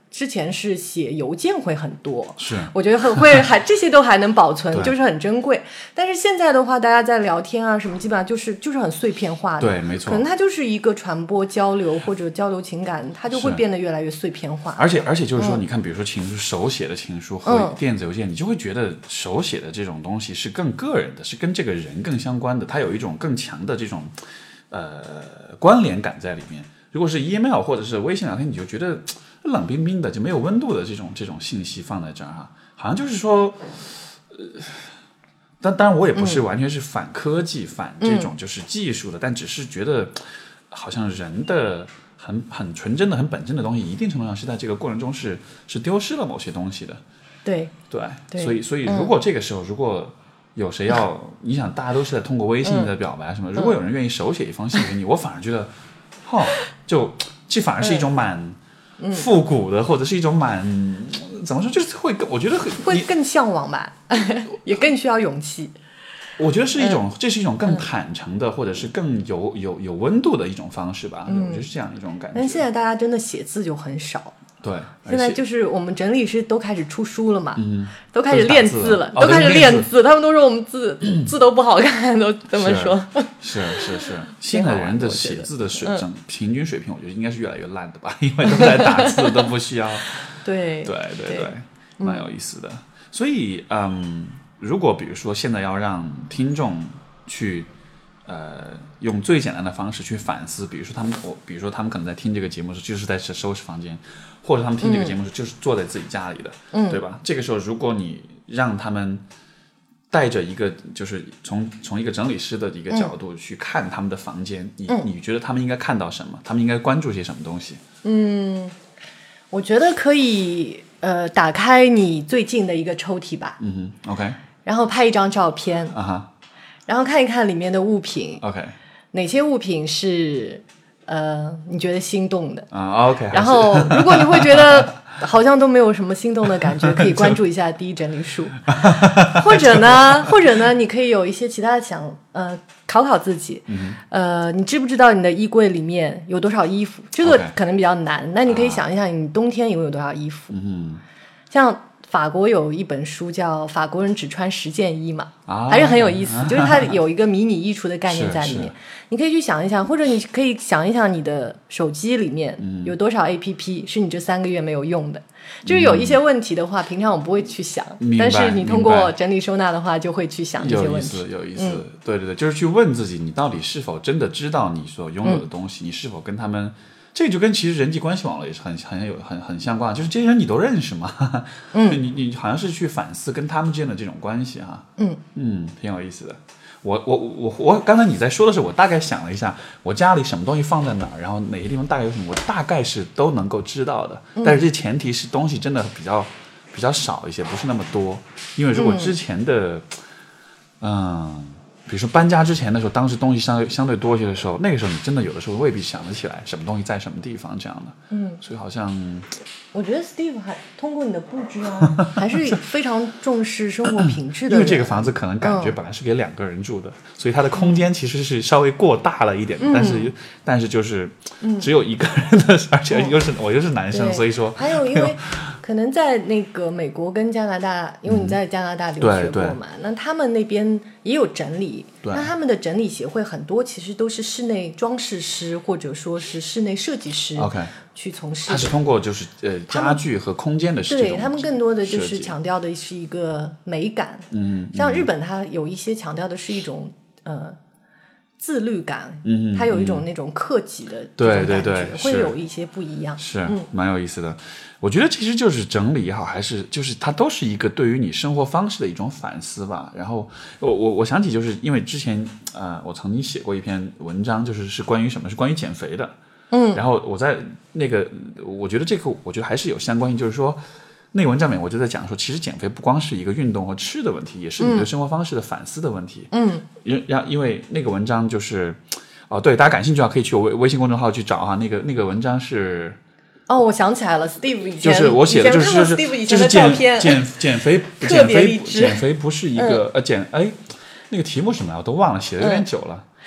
之前是写邮件会很多， 是我觉得很会还这些都还能保存，就是很珍贵。但是现在的话，大家在聊天啊什么，基本上就是就是很碎片化的， 对，没错， 可能它就是一个传播交流或者交流情感，它就会变得越来越碎片化。 而且而且就是说，你看，比如说情书，手写的情书和电子邮件，嗯，你就会觉得手写的这种东西是更个人的，是跟这个人更相关的，它有一种更强的这种呃关联感在里面。如果是 email 或者是微信聊天，你就觉得冷冰冰的，就没有温度的这种这种信息放在这儿哈，好像就是说，呃，但当然我也不是完全是反科技、嗯、反这种就是技术的，嗯，但只是觉得好像人的很很纯真的、很本真的东西，一定程度上是在这个过程中是是丢失了某些东西的。 对对，对，所以所以如果这个时候，嗯，如果有谁要，嗯，你想大家都是在通过微信的表白什么，嗯，如果有人愿意手写一封信给你，嗯，我反而觉得，哦，就这反而是一种蛮。嗯，复古的，或者是一种蛮怎么说，就是会更，我觉得会更向往吧，也更需要勇气。 我觉得是一种，嗯，这是一种更坦诚的，嗯，或者是更有有有温度的一种方式吧。嗯，我觉得是这样一种感觉。 但现在大家真的写字就很少。 对， 现在就是我们整理师都开始出书了嘛， 嗯， 都开始练字了， 都, 都开始练字，哦，他们都说我们字字都不好看，都这么说。 是是 是, 是，现在人的写字的水平，嗯，平均水平，我觉得应该是越来越烂的吧，因为都在打字，都不需要。 对对对对，蛮有意思的。嗯，所以，嗯，如果比如说现在要让听众去。呃，用最简单的方式去反思，比如说他们，我比如说他们可能在听这个节目时就是在收拾房间，或者他们听这个节目时就是坐在自己家里的，嗯，对吧？这个时候，如果你让他们带着一个，就是从从一个整理师的一个角度去看他们的房间，嗯，你你觉得他们应该看到什么？他们应该关注些什么东西？ 嗯，我觉得可以，呃，打开你最近的一个抽屉吧， 嗯哼 ，OK， 然后拍一张照片， 啊哈。 然后看一看里面的物品 ，OK， 哪些物品是呃你觉得心动的啊、uh, ？OK， 然后如果你会觉得好像都没有什么心动的感觉，可以关注一下第一整理术，或者呢，或者呢，你可以有一些其他的想呃考考自己，嗯、呃，你知不知道你的衣柜里面有多少衣服？这个可能比较难， okay. 那你可以想一想，你冬天有有多少衣服？嗯，像。法国有一本书叫《法国人只穿十件衣》嘛，啊，还是很有意思，啊，就是它有一个迷你衣橱的概念在里面，你可以去想一想，或者你可以想一想你的手机里面有多少 A P P 是你这三个月没有用的，嗯，就是有一些问题的话，平常我不会去想，但是你通过整理收纳的话，就会去想这些问题。 有意思，有意思，嗯，对对对，就是去问自己，你到底是否真的知道你所拥有的东西，嗯，你是否跟他们。这个就跟其实人际关系网络也是很很有很很相关，就是这些人你都认识吗？嗯，你你好像是去反思跟他们之间的这种关系哈。嗯嗯，挺有意思的。我我我我刚才你在说的时候，我大概想了一下，我家里什么东西放在哪儿，然后哪些地方大概有什么，我大概是都能够知道的。但是这前提是东西真的比较比较少一些，不是那么多。因为如果之前的，嗯。嗯比如说搬家之前的时候，当时东西相对相对多一些的时候，那个时候你真的有的时候未必想得起来什么东西在什么地方这样的。嗯，所以好像我觉得 Steve 还通过你的布置啊，还是非常重视生活品质的。 因为这个房子可能感觉本来是给两个人住的，嗯，所以它的空间其实是稍微过大了一点，嗯，但是但是就是只有一个人的，嗯，而且又是，嗯，我又是男生，所以说还有因为。可能在那个美国跟加拿大，因为你在加拿大留学过嘛，嗯，那他们那边也有整理，那他们的整理协会很多其实都是室内装饰师或者说是室内设计师去从事的。 他是通过就是呃家具和空间的设计， 对他们更多的就是强调的是一个美感。嗯，像日本它有一些强调的是一种呃。自律感，嗯，它有一种那种克己的这种感觉， 对对对， 会有一些不一样， 是，嗯，蛮有意思的。我觉得其实就是整理也好，还是就是它都是一个对于你生活方式的一种反思吧。然后我我我想起就是因为之前呃我曾经写过一篇文章，就是是关于什么，是关于减肥的，嗯，然后我在那个我觉得这个我觉得还是有相关性，就是说。那个文章里面我就在讲说，其实减肥不光是一个运动和吃的问题，也是你对生活方式的反思的问题。嗯，因因为那个文章就是，哦，对，大家感兴趣的话可以去我微微信公众号去找哈。那个那个文章是， 哦，我想起来了 ，Steve 以前就是我写的，就是就是 Steve 以前的照片， 减减肥减肥减肥不是一个、嗯、呃减哎，那个题目什么呀？我都忘了，写的有点久了。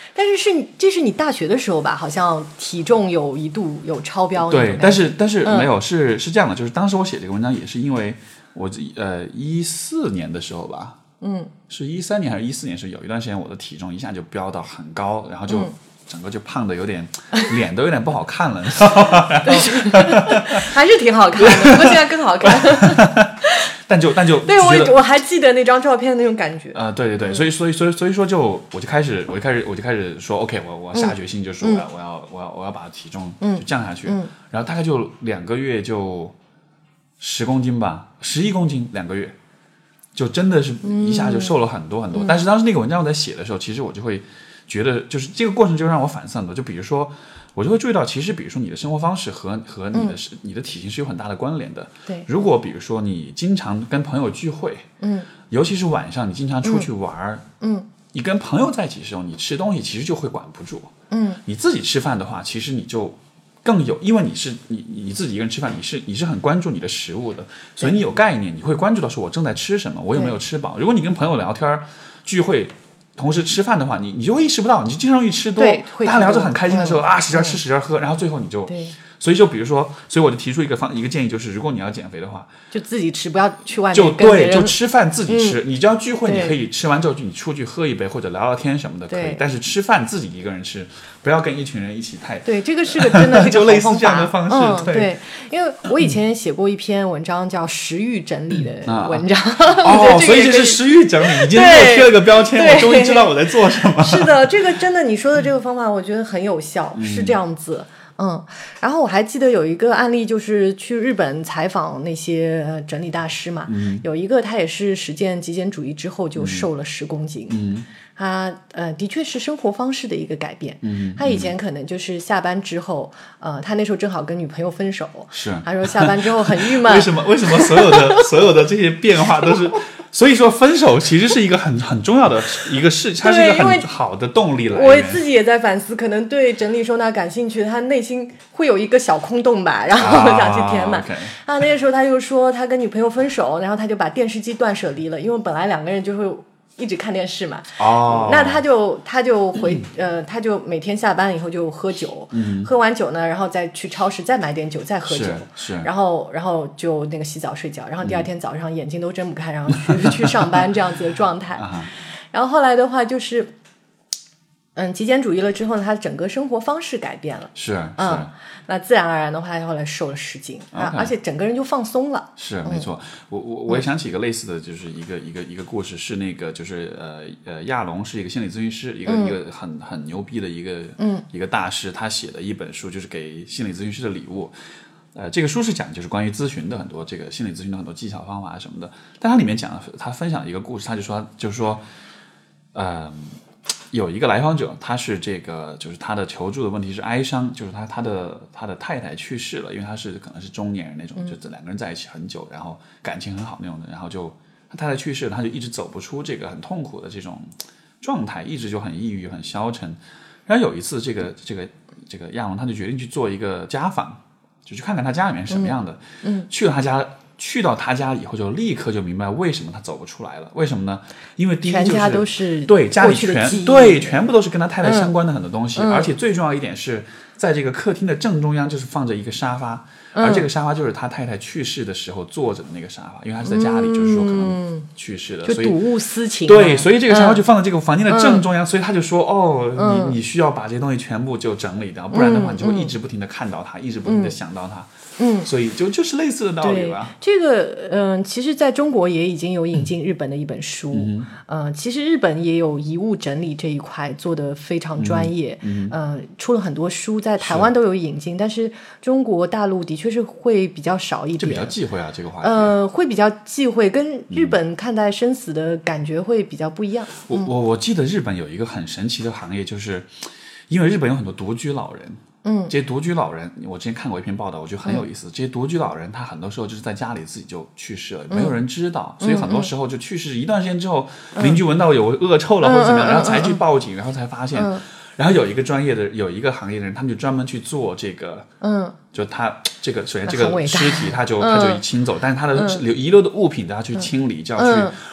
但是是你这是你大学的时候吧？好像体重有一度有超标那种感觉。 对，但是但是没有、 嗯、 是是这样的，就是当时我写这个文章也是因为我呃一四年的时候吧， 嗯，是一三年还是一四年，是有一段时间我的体重一下就飙到很高，然后就。嗯整个就胖的有点，脸都有点不好看了，你知道吗？ 还是挺好看的，不过现在更好看。 但就但就对我我还记得那张照片那种感觉。 呃，对对对，所以所以所以所以说就我就开始我就开始我就开始说 OK， 我我下决心就是我要、嗯、我要我要我要把体重就降下去，嗯、然后大概就两个月就十公斤吧，十一公斤两个月，就真的是一下就瘦了很多很多。嗯、但是当时那个文章我在写的时候，其实我就会。觉得就是这个过程就让我反思很多，就比如说我就会注意到，其实比如说你的生活方式和和你的、嗯、你的体型是有很大的关联的。 对， 如果比如说你经常跟朋友聚会，嗯，尤其是晚上你经常出去玩，嗯，你跟朋友在一起的时候，你吃东西其实就会管不住，嗯，你自己吃饭的话，其实你就更有，因为你是你你自己一个人吃饭，你是你是很关注你的食物的，所以你有概念，你会关注到说我正在吃什么，我有没有吃饱。如果你跟朋友聊天聚会。同时吃饭的话，你你就会意识不到，你就经常容易吃多，大家聊着很开心的时候、嗯、啊，使劲吃使劲喝，然后最后你就，所以就比如说，所以我就提出一个方一个建议，就是如果你要减肥的话， 就自己吃，不要去外面就跟别人对，就吃饭自己吃。嗯、你只要聚会， 你可以吃完之后你出去喝一杯或者聊聊天什么的可以，但是吃饭自己一个人吃，不要跟一群人一起太。 对，这个是个真的就类似这样的方式， 嗯、 对, 对。因为我以前写过一篇文章叫食欲整理的文章， 嗯啊、哦，所以这是食欲整理，你今天给我贴了个标签，我终于知道我在做什么。 是的，这个真的，你说的这个方法，我觉得很有效，嗯、是这样子。嗯，然后我还记得有一个案例，就是去日本采访那些整理大师嘛，嗯、有一个他也是实践极简主义之后就瘦了十公斤。嗯，他呃的确是生活方式的一个改变。嗯，他以前可能就是下班之后，呃，他那时候正好跟女朋友分手， 是他说下班之后很郁闷。 为什么？为什么所有的所有的这些变化都是？所以说分手其实是一个很很重要的一个事，它是一个很好的动力来源。 我自己也在反思，可能对整理收纳感兴趣，他内心会有一个小空洞吧，然后想去填满。啊, okay. 啊，那个时候他就说他跟女朋友分手，然后他就把电视机断舍离了，因为本来两个人就会一直看电视嘛。哦。那他就他就回、嗯、呃，他就每天下班以后就喝酒，嗯，喝完酒呢，然后再去超市再买点酒，再喝酒， 是，是然后然后就那个洗澡睡觉，然后第二天早上眼睛都睁不开，然后去去上班这样子的状态。然后后来的话就是。嗯，极简主义了之后呢，他整个生活方式改变了， 是， 嗯，那自然而然的话，他后来瘦了十斤， okay. 啊，而且整个人就放松了。 是，没错。嗯、我我我也想起一个类似的，就是一个、嗯、一个一个故事，是那个就是呃呃亚龙是一个心理咨询师，一个、嗯、一个很很牛逼的一个嗯一个大师，他写的一本书就是给心理咨询师的礼物。呃，这个书是讲就是关于咨询的很多这个心理咨询的很多技巧方法什么的，但他里面讲他分享一个故事，他就说就是说，呃。有一个来访者，他是这个，就是他的求助的问题是哀伤，就是他他的他的太太去世了，因为他是可能是中年人那种，嗯、就这两个人在一起很久，然后感情很好那种的，然后就他太太去世了，他就一直走不出这个很痛苦的这种状态，一直就很抑郁、很消沉。然后有一次，这个这个这个亚龙他就决定去做一个家访，就去看看他家里面是什么样的。嗯，嗯去了他家。去到他家以后，就立刻就明白为什么他走不出来了。为什么呢？因为第一就是全家都是对家里全对全部都是跟他太太相关的很多东西，嗯、而且最重要一点是在这个客厅的正中央就是放着一个沙发，嗯、而这个沙发就是他太太去世的时候坐着的那个沙发，因为他是在家里，就是说可能去世的， 嗯、 所以就睹物思情。 对，所以这个沙发就放在这个房间的正中央，嗯、所以他就说哦，嗯、你你需要把这些东西全部就整理掉，不然的话你就会一直不停的看到它，嗯、一直不停的想到它。嗯，所以就就是类似的道理吧。 这个嗯、呃，其实在中国也已经有引进日本的一本书，嗯、呃，其实日本也有遗物整理这一块做得非常专业，嗯、呃，出了很多书，在台湾都有引进，但是中国大陆的确是会比较少一点， 就比较忌讳啊这个话题， 呃，会比较忌讳，跟日本看待生死的感觉会比较不一样。 嗯、我我我记得日本有一个很神奇的行业，就是因为日本有很多独居老人。嗯，这些独居老人，我之前看过一篇报道，我觉得很有意思。嗯、这些独居老人，他很多时候就是在家里自己就去世了，嗯、没有人知道，所以很多时候就去世一段时间之后，嗯、邻居闻到有恶臭了或者怎么样，嗯、然后才去报警，嗯、然后才发现。嗯、然后有一个专业的，有一个行业的人，他们就专门去做这个，嗯，就他这个首先这个尸体他就他就清走，嗯、但是他的遗留的物品他去清理，就要去。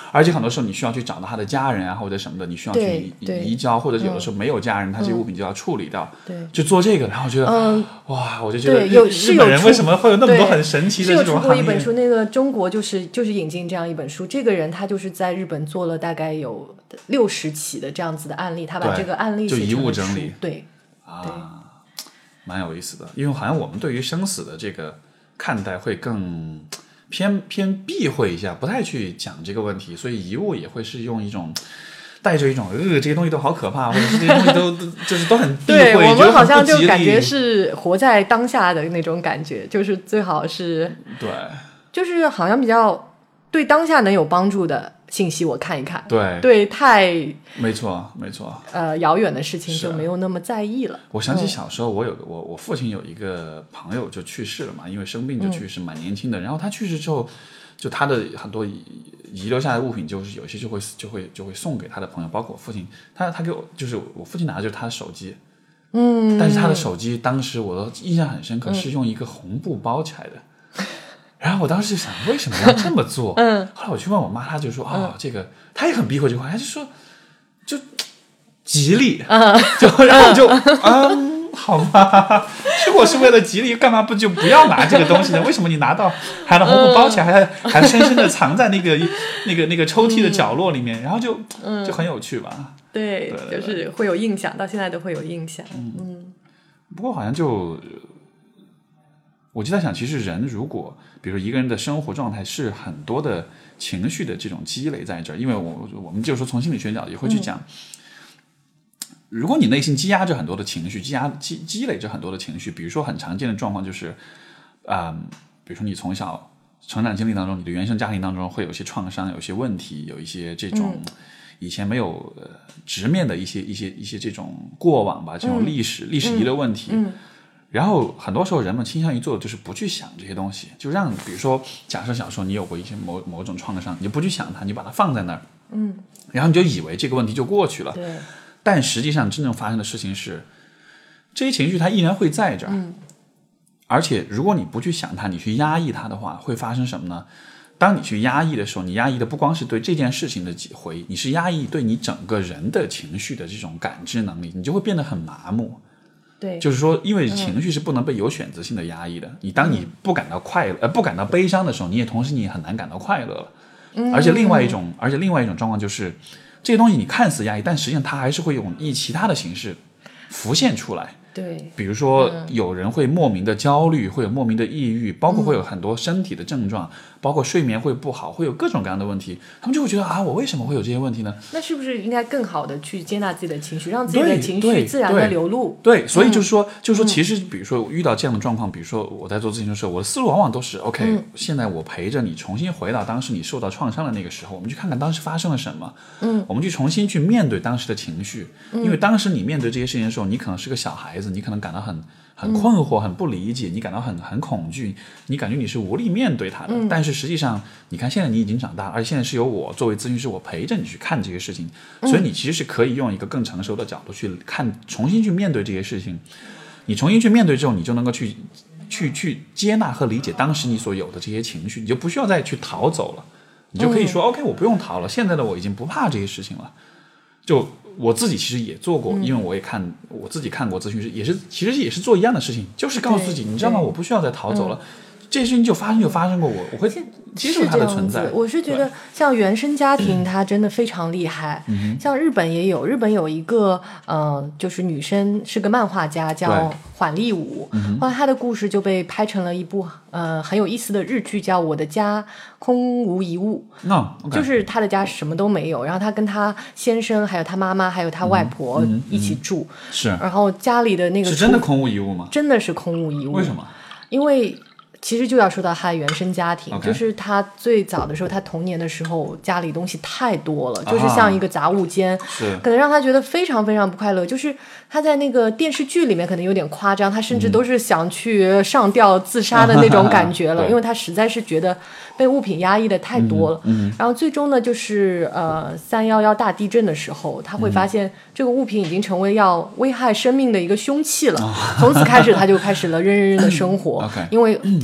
而且很多时候你需要去找到他的家人啊或者什么的，你需要去移交，或者有的时候没有家人，他这些物品就要处理掉， 对， 就做这个，然后我觉得、嗯、哇，我就觉得有日本人为什么会有那么多很神奇的这种行业？ 是有出过一本书，那个中国就是就是引进这样一本书，这个人他就是在日本做了大概有六十起的这样子的案例，他把这个案例写成了书， 就遗物整理， 对啊，对，蛮有意思的，因为好像我们对于生死的这个看待会更偏偏避讳一下，不太去讲这个问题，所以遗物也会是用一种带着一种呃这些东西都好可怕，或者是这些东西都就是都很避讳， 对，我们好像就感觉是活在当下的那种感觉，就是最好是对， 就是好像比较对当下能有帮助的信息我看一看， 对对，太没错没错， 呃遥远的事情就没有那么在意了。 我想起小时候我有我我父亲有一个朋友就去世了嘛，因为生病就去世，蛮年轻的，然后他去世之后就他的很多遗留下来的物品就是有些就会就会就会送给他的朋友，包括我父亲，他他给我就是我父亲拿的就是他的手机，嗯，但是他的手机当时我都印象很深刻，是用一个红布包起来的。然后我当时就想，为什么要这么做？嗯，后来我去问我妈，她就说：“哦，嗯、这个她也很避讳这块，她就说就吉利，嗯、就然后就嗯，好吧，如果是为了吉利，干嘛不就不要拿这个东西呢？为什么你拿到还拿红布包起来，还还深深的藏在那个那个那个抽屉的角落里面？然后就就很有趣吧？ 对，对对对，就是会有印象，到现在都会有印象。嗯， 嗯不过好像就。”我就在想，其实人如果比如一个人的生活状态是很多的情绪的这种积累在这儿，因为我我们就说从心理学角也会去讲、嗯，如果你内心积压着很多的情绪，积压积积累着很多的情绪，比如说很常见的状况就是，啊、嗯，比如说你从小成长经历当中，你的原生家庭当中会有一些创伤，有一些问题，有一些这种以前没有、呃、直面的一些一些一些这种过往吧，这种历史、嗯、历史遗留问题。嗯嗯然后很多时候人们倾向于做的就是不去想这些东西，就让比如说假设小时候你有过一些某某种创伤，你就不去想它，你把它放在那儿，嗯，然后你就以为这个问题就过去了， 对。 但实际上真正发生的事情是，这些情绪它依然会在这儿，嗯，而且如果你不去想它，你去压抑它的话，会发生什么呢？当你去压抑的时候，你压抑的不光是对这件事情的回忆，你是压抑对你整个人的情绪的这种感知能力，你就会变得很麻木。 对， 就是说，因为情绪是不能被有选择性的压抑的。嗯、你当你不感到快乐，呃，不感到悲伤的时候，你也同时你也很难感到快乐了。嗯、而且另外一种，而且另外一种状况就是，这些东西你看似压抑，但实际上它还是会用以其他的形式浮现出来。 对， 比如说有人会莫名的焦虑，会有莫名的抑郁，包括会有很多身体的症状，嗯、包括睡眠会不好，会有各种各样的问题。他们就会觉得啊，我为什么会有这些问题呢？ 那是不是应该更好的去接纳自己的情绪，让自己的情绪自然的流露？ 对，对对所以就是说，嗯、就是说，其实比如说遇到这样的状况，比如说我在做咨询的时候，我的思路往往都是 OK、嗯。现在我陪着你重新回到当时你受到创伤的那个时候，我们去看看当时发生了什么。嗯，我们去重新去面对当时的情绪，嗯、因为当时你面对这些事情的时候，你可能是个小孩子，你可能感到很。很困惑，很不理解，你感到很很恐惧，你感觉你是无力面对它的、嗯。但是实际上，你看现在你已经长大，而且现在是由我作为咨询师，我陪着你去看这些事情，所以你其实是可以用一个更成熟的角度去看，重新去面对这些事情。你重新去面对之后，你就能够去去去接纳和理解当时你所有的这些情绪，你就不需要再去逃走了，你就可以说、嗯、OK， 我不用逃了，现在的我已经不怕这些事情了，就。我自己其实也做过，因为我也看我自己看过咨询师，也是其实也是做一样的事情，就是告诉自己，你知道吗？我不需要再逃走了，嗯、这些事情就发生就发生过，我我会接受它的存在。 是我是觉得像原生家庭，它真的非常厉害。嗯、像日本也有，日本有一个呃，就是女生是个漫画家，叫缓利武。后来她的故事就被拍成了一部呃很有意思的日剧，叫《我的家空无一物》。 No, okay. 就是她的家什么都没有，然后她跟她先生还有她妈妈还有她外婆一起住。嗯嗯嗯、是。然后家里的那个是真的空无一物吗？ 真的是空无一物。 为什么？ 因为。其实就要说到他的原生家庭， okay. 就是他最早的时候，他童年的时候家里东西太多了，就是像一个杂物间，可能让他觉得非常非常不快乐。就是他在那个电视剧里面可能有点夸张，他甚至都是想去上吊自杀的那种感觉了，因为他实在是觉得被物品压抑的太多了。嗯嗯、然后最终呢，就是呃三一一大地震的时候，他会发现这个物品已经成为要危害生命的一个凶器了。从此开始，他就开始了认认真真的生活， okay. 因为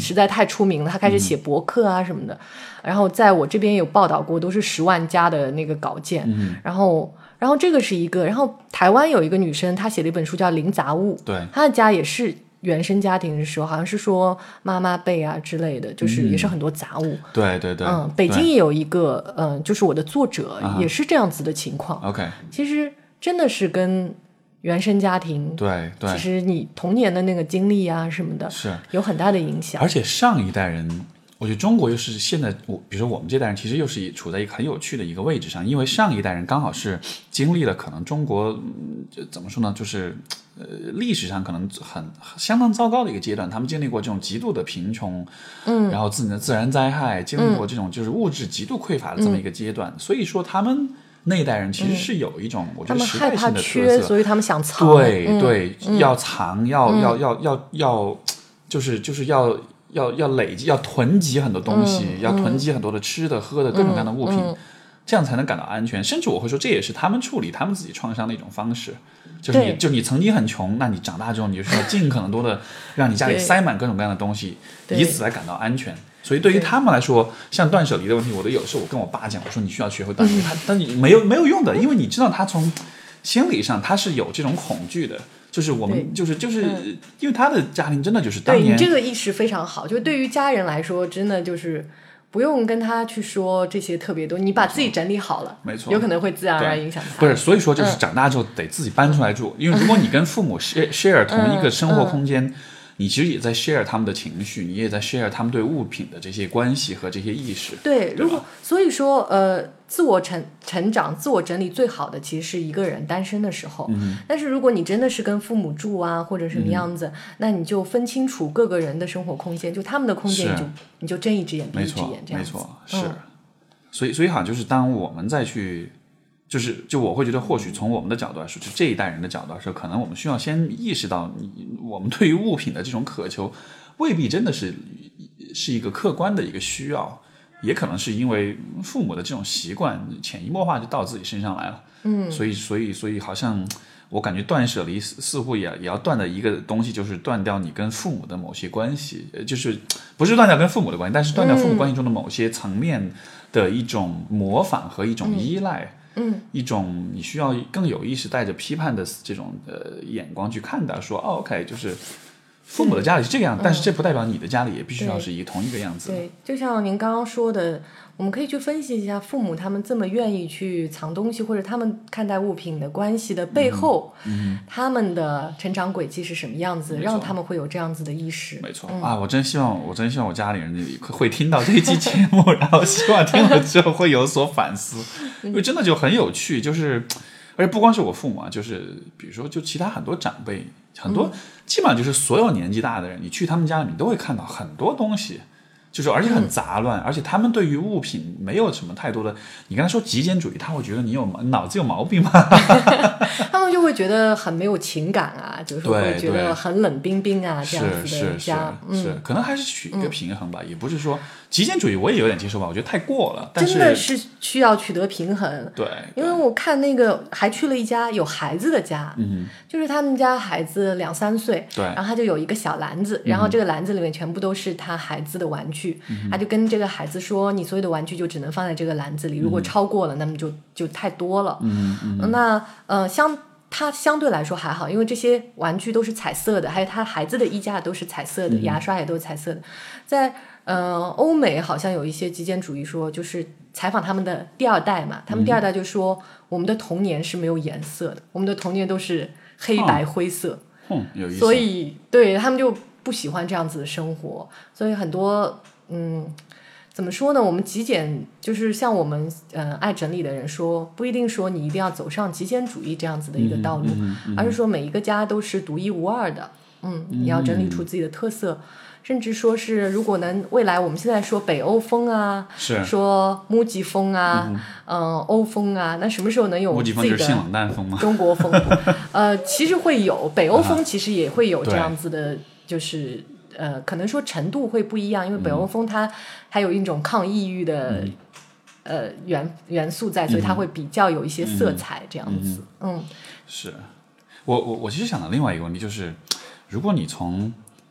实在太出名了，他开始写博客啊什么的，嗯、然后在我这边有报道过，都是十万加的那个稿件， 嗯、 然后然后这个是一个，然后台湾有一个女生，她写了一本书叫《零杂物》， 对， 她的家也是原生家庭的时候，好像是说妈妈辈啊之类的，就是也是很多杂物。 嗯、对对对， 嗯，北京也有一个，嗯，就是我的作者也是这样子的情况。 OK，、uh-huh. 其实真的是跟原生家庭， 对对， 其实你童年的那个经历啊什么的， 是有很大的影响。 而且上一代人，我觉得中国又是现在，我比如说我们这代人，其实又是处在一个很有趣的一个位置上，因为上一代人刚好是经历了可能中国、嗯、怎么说呢，就是呃历史上可能很相当糟糕的一个阶段，他们经历过这种极度的贫穷， 嗯， 然后自己的自然灾害，经历过这种就是物质极度匮乏的这么一个阶段，嗯、所以说他们。那一代人其实是有一种、嗯、我觉得时代性的特色，他们害怕缺， 所以他们想藏。 对、 嗯、 对、 嗯， 要藏，要、嗯、要要要要，就是就是要要要累积，要囤积很多东西， 嗯、 要囤积很多的吃的、喝的各种各样的物品、 嗯， 这样才能感到安全。甚至我会说，这也是他们处理他们自己创伤的一种方式。就是你，就你曾经很穷，那你长大之后，你就是要尽可能多的让你家里塞满各种各样的东西，以此来感到安全。所以对于他们来说，像断舍离的问题，我都有时候我跟我爸讲，我说你需要学会断舍离，他但你没有没有用的，因为你知道他从心理上他是有这种恐惧的，就是我们就是就是、嗯、因为他的家庭真的就是当年， 对你这个意识非常好，就对于家人来说，真的就是不用跟他去说这些特别多，你把自己整理好了， 没错， 有可能会自然而然影响他。 不是，所以说就是长大之后得自己搬出来住，嗯、因为如果你跟父母 share, share 同一个生活空间。嗯嗯你其实也在 share 他们的情绪，你也在 share 他们对物品的这些关系和这些意识。 对，如果所以说，呃，自我成成长、自我整理最好的其实是一个人单身的时候。 嗯。 但是如果你真的是跟父母住啊，或者什么样子，嗯、那你就分清楚各个人的生活空间，就他们的空间，你就你就睁一只眼闭一只眼，这样子。 没错，没错，是。嗯、所以，所以好像就是当我们再去。就是就我会觉得或许从我们的角度来说，就这一代人的角度来说，可能我们需要先意识到我们对于物品的这种渴求未必真的是是一个客观的一个需要，也可能是因为父母的这种习惯潜移默化就到自己身上来了。 嗯， 所以所以所以好像我感觉断舍离似乎也也要断的一个东西，就是断掉你跟父母的某些关系，就是不是断掉跟父母的关系，但是断掉父母关系中的某些层面的一种模仿和一种依赖。 嗯嗯， 一种你需要更有意识带着批判的这种呃眼光去看待，说哦 OK 就是父母的家里是这个样子、嗯、但是这不代表你的家里也必须要是一个同一个样子。 对，就像您刚刚说的，我们可以去分析一下父母他们这么愿意去藏东西，或者他们看待物品的关系的背后、 嗯嗯、 他们的成长轨迹是什么样子，让他们会有这样子的意识。 没错、 嗯、 啊，我真希望我真希望我家里人会听到这一期节目然后希望听了之后会有所反思因为真的就很有趣，就是而且不光是我父母啊，就是比如说就其他很多长辈，很多、嗯、基本上就是所有年纪大的人，你去他们家里面都会看到很多东西，就是而且很杂乱、嗯、而且他们对于物品没有什么太多的，你跟他说极简主义，他会觉得你有脑子有毛病吗他们就会觉得很没有情感啊，就是会觉得很冷冰冰啊，这样子的家。 是是是、嗯、可能还是取一个平衡吧、嗯、也不是说极简主义我也有点接受吧，我觉得太过了，但是真的是需要取得平衡。 对， 因为我看那个还去了一家有孩子的家， 嗯， 就是他们家孩子两三岁， 对， 然后他就有一个小篮子，然后这个篮子里面全部都是他孩子的玩具、 嗯、 他就跟这个孩子说，你所有的玩具就只能放在这个篮子里、嗯、如果超过了那么就就太多了。 嗯嗯， 那呃相他相对来说还好，因为这些玩具都是彩色的，还有他孩子的衣架都是彩色的、嗯、牙刷也都是彩色的。在呃欧美好像有一些极简主义说，就是采访他们的第二代嘛，他们第二代就说、嗯、我们的童年是没有颜色的，我们的童年都是黑白灰色。 嗯，有意思。 所以对他们就不喜欢这样子的生活，所以很多嗯怎么说呢，我们极简就是像我们呃爱整理的人说，不一定说你一定要走上极简主义这样子的一个道路、 嗯嗯嗯、 而是说每一个家都是独一无二的。嗯，你要整理出自己的特色、嗯、甚至说是如果能未来我们现在说北欧风啊， 是说木吉风啊，嗯、呃、欧风啊，那什么时候能有自己的中国风呃其实会有北欧风，其实也会有这样子的、啊、就是呃，可能说程度会不一样，因为北欧风它还有一种抗抑郁的、嗯、呃元元素在，所以它会比较有一些色彩这样子。嗯，嗯是我我我其实想到另外一个问题，就是如果你从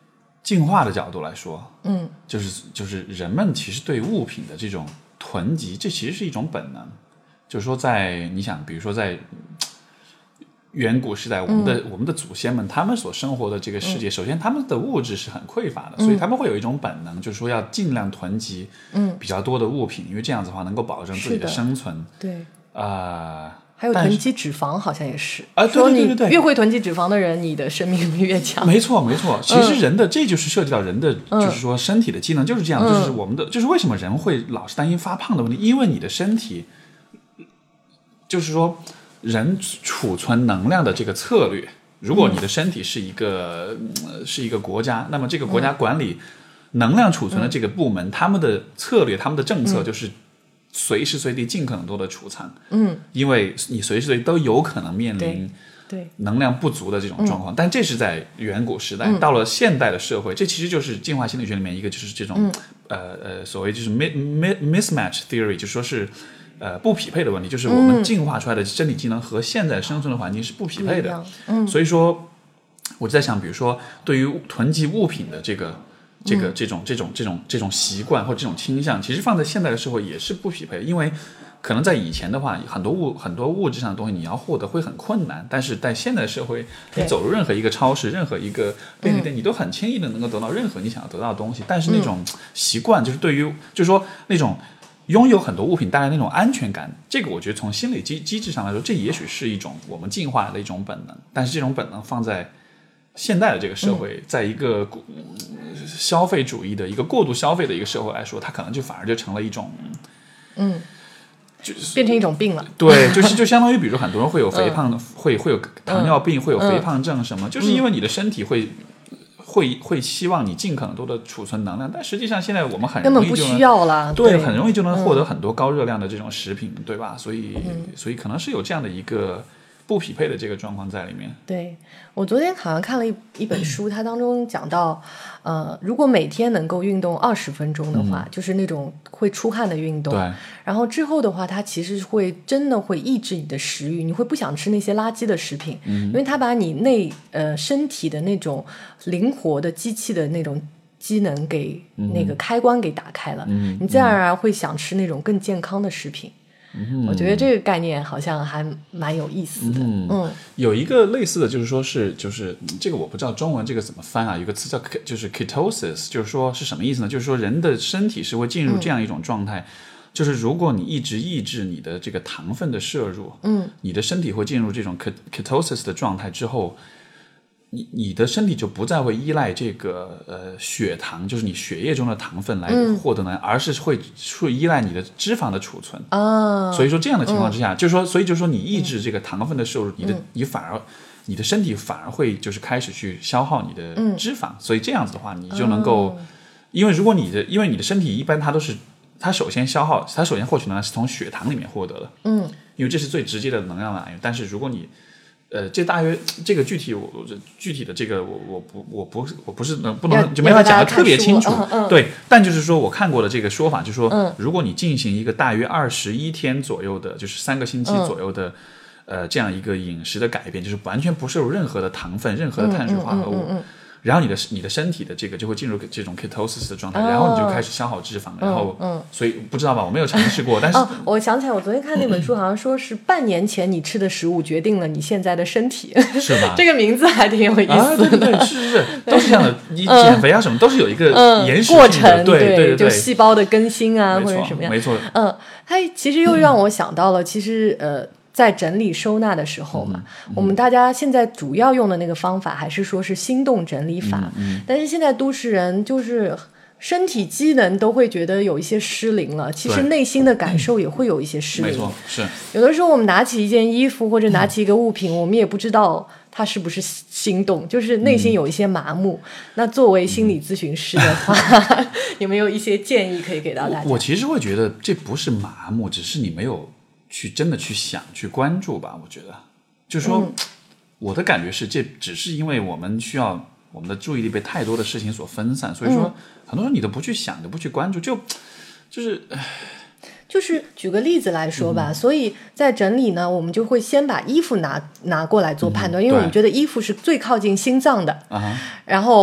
进化的角度来说， 嗯， 就是就是人们其实对物品的这种囤积，这其实是一种本能。就是说在，你想，比如说在远古时代，我们的、嗯、我们的祖先们，他们所生活的这个世界，嗯、首先他们的物质是很匮乏的，嗯、所以他们会有一种本能，就是说要尽量囤积比较多的物品，嗯、因为这样子的话能够保证自己的生存。 对， 啊、呃， 还有囤积脂肪，好像也是啊，对对对对， 越会囤积脂肪的人，你的生命力越强。 没错没错，其实人的、嗯、这就是涉及到人的，就是说身体的机能就是这样，嗯、就是我们的，就是为什么人会老是担心发胖的问题，因为你的身体。就是说，人储存能量的这个策略，如果你的身体是一个、嗯、是一个国家，那么这个国家管理能量储存的这个部门，嗯、他们的策略、他们的政策就是随时随地尽可能多的储藏，嗯，因为你随时随地都有可能面临对能量不足的这种状况。但这是在远古时代，嗯、到了现代的社会，这其实就是进化心理学里面一个就是这种、嗯、呃呃所谓就是 mismatch theory， 就说是。呃，不匹配的问题，就是我们进化出来的身体机能和现在生存的环境是不匹配的。嗯，所以说，我就在想，比如说，对于囤积物品的这个、这个、这种、这种、这种、这种习惯或者这种倾向，其实放在现在的社会也是不匹配的。因为可能在以前的话，很多物很多物质上的东西你要获得会很困难，但是在现在社会，你走入任何一个超市、任何一个便利店，你都很轻易的能够得到任何你想要得到的东西。但是那种习惯，就是对于，就是说那种。拥有很多物品带来那种安全感，这个我觉得从心理机机制上来说，这也许是一种我们进化的一种本能。但是这种本能放在现代的这个社会，嗯、在一个、嗯、消费主义的一个过度消费的一个社会来说，它可能就反而就成了一种，嗯， 就是变成一种病了。 对，就是就相当于，比如很多人会有肥胖，嗯、会会有糖尿病，嗯、会有肥胖症什么，嗯、就是因为你的身体会。会会希望你尽可能多的储存能量，但实际上现在我们很容易就能根本不需要了， 对， 对很容易就能获得很多高热量的这种食品，嗯、对吧？所以、嗯、所以可能是有这样的一个不匹配的这个状况在里面。 对，我昨天好像看了一一本书，它当中讲到，呃，如果每天能够运动二十分钟的话，嗯、就是那种会出汗的运动， 对， 然后之后的话，它其实会真的会抑制你的食欲，你会不想吃那些垃圾的食品，嗯、因为它把你内呃身体的那种灵活的机器的那种机能给、嗯、那个开关给打开了，嗯、你自然而然会想吃那种更健康的食品。嗯、我觉得这个概念好像还蛮有意思的。嗯，嗯有一个类似的就是说是就是这个我不知道中文这个怎么翻啊，有个词叫就是 ketosis， 就是说是什么意思呢？就是说人的身体是会进入这样一种状态。嗯，就是如果你一直抑制你的这个糖分的摄入，嗯，你的身体会进入这种 ketosis 的状态之后，你你的身体就不再会依赖这个呃血糖，就是你血液中的糖分来获得能量，嗯、而是会会依赖你的脂肪的储存啊。所以说这样的情况之下，嗯、就是说，所以就是说你抑制这个糖分的摄入，嗯、你的你反而你的身体反而会就是开始去消耗你的脂肪，嗯、所以这样子的话，你就能够，嗯、因为如果你的因为你的身体一般它都是。它首先消耗，它首先获取能量是从血糖里面获得的，嗯，因为这是最直接的能量来源。但是如果你，呃，这大约这个具体我具体的这个我我不我不我不是能不能就没法讲得特别清楚， 嗯嗯、 对。但就是说我看过的这个说法，就是说，嗯、如果你进行一个大约二十一天左右的，就是三个星期左右的，嗯、呃，这样一个饮食的改变，就是完全不摄入任何的糖分、任何的碳水化合物。嗯嗯嗯嗯然后你的你的身体的这个就会进入这种 ketosis 的状态，哦、然后你就开始消耗脂肪，嗯、然后，嗯，所以不知道吧，我没有尝试过，但是， 哦，我想起来，我昨天看那本书，好像说是半年前你吃的食物决定了你现在的身体， 是吧？ 这个名字还挺有意思的， 啊、对对对，是是是，都是这样的。你减肥啊什么，都是有一个延续性的、 嗯、过程， 对对对， 就细胞的更新啊，或者什么样， 没错， 嗯，它其实又让我想到了，其实呃。在整理收纳的时候嘛，嗯嗯、我们大家现在主要用的那个方法还是说是心动整理法，嗯嗯、但是现在都市人就是身体机能都会觉得有一些失灵了，其实内心的感受也会有一些失灵。 没错，是有的时候我们拿起一件衣服或者拿起一个物品，嗯、我们也不知道它是不是心动，就是内心有一些麻木。嗯、那作为心理咨询师的话，嗯、有没有一些建议可以给到大家？ 我, 我其实会觉得这不是麻木，只是你没有去真的去想去关注吧。我觉得就是说、嗯、我的感觉是这只是因为我们需要我们的注意力被太多的事情所分散，所以说、嗯、很多时候你都不去想都不去关注，就就是就是举个例子来说吧、嗯、所以在整理呢，我们就会先把衣服拿拿过来做判断、嗯、因为我们觉得衣服是最靠近心脏的、啊、然后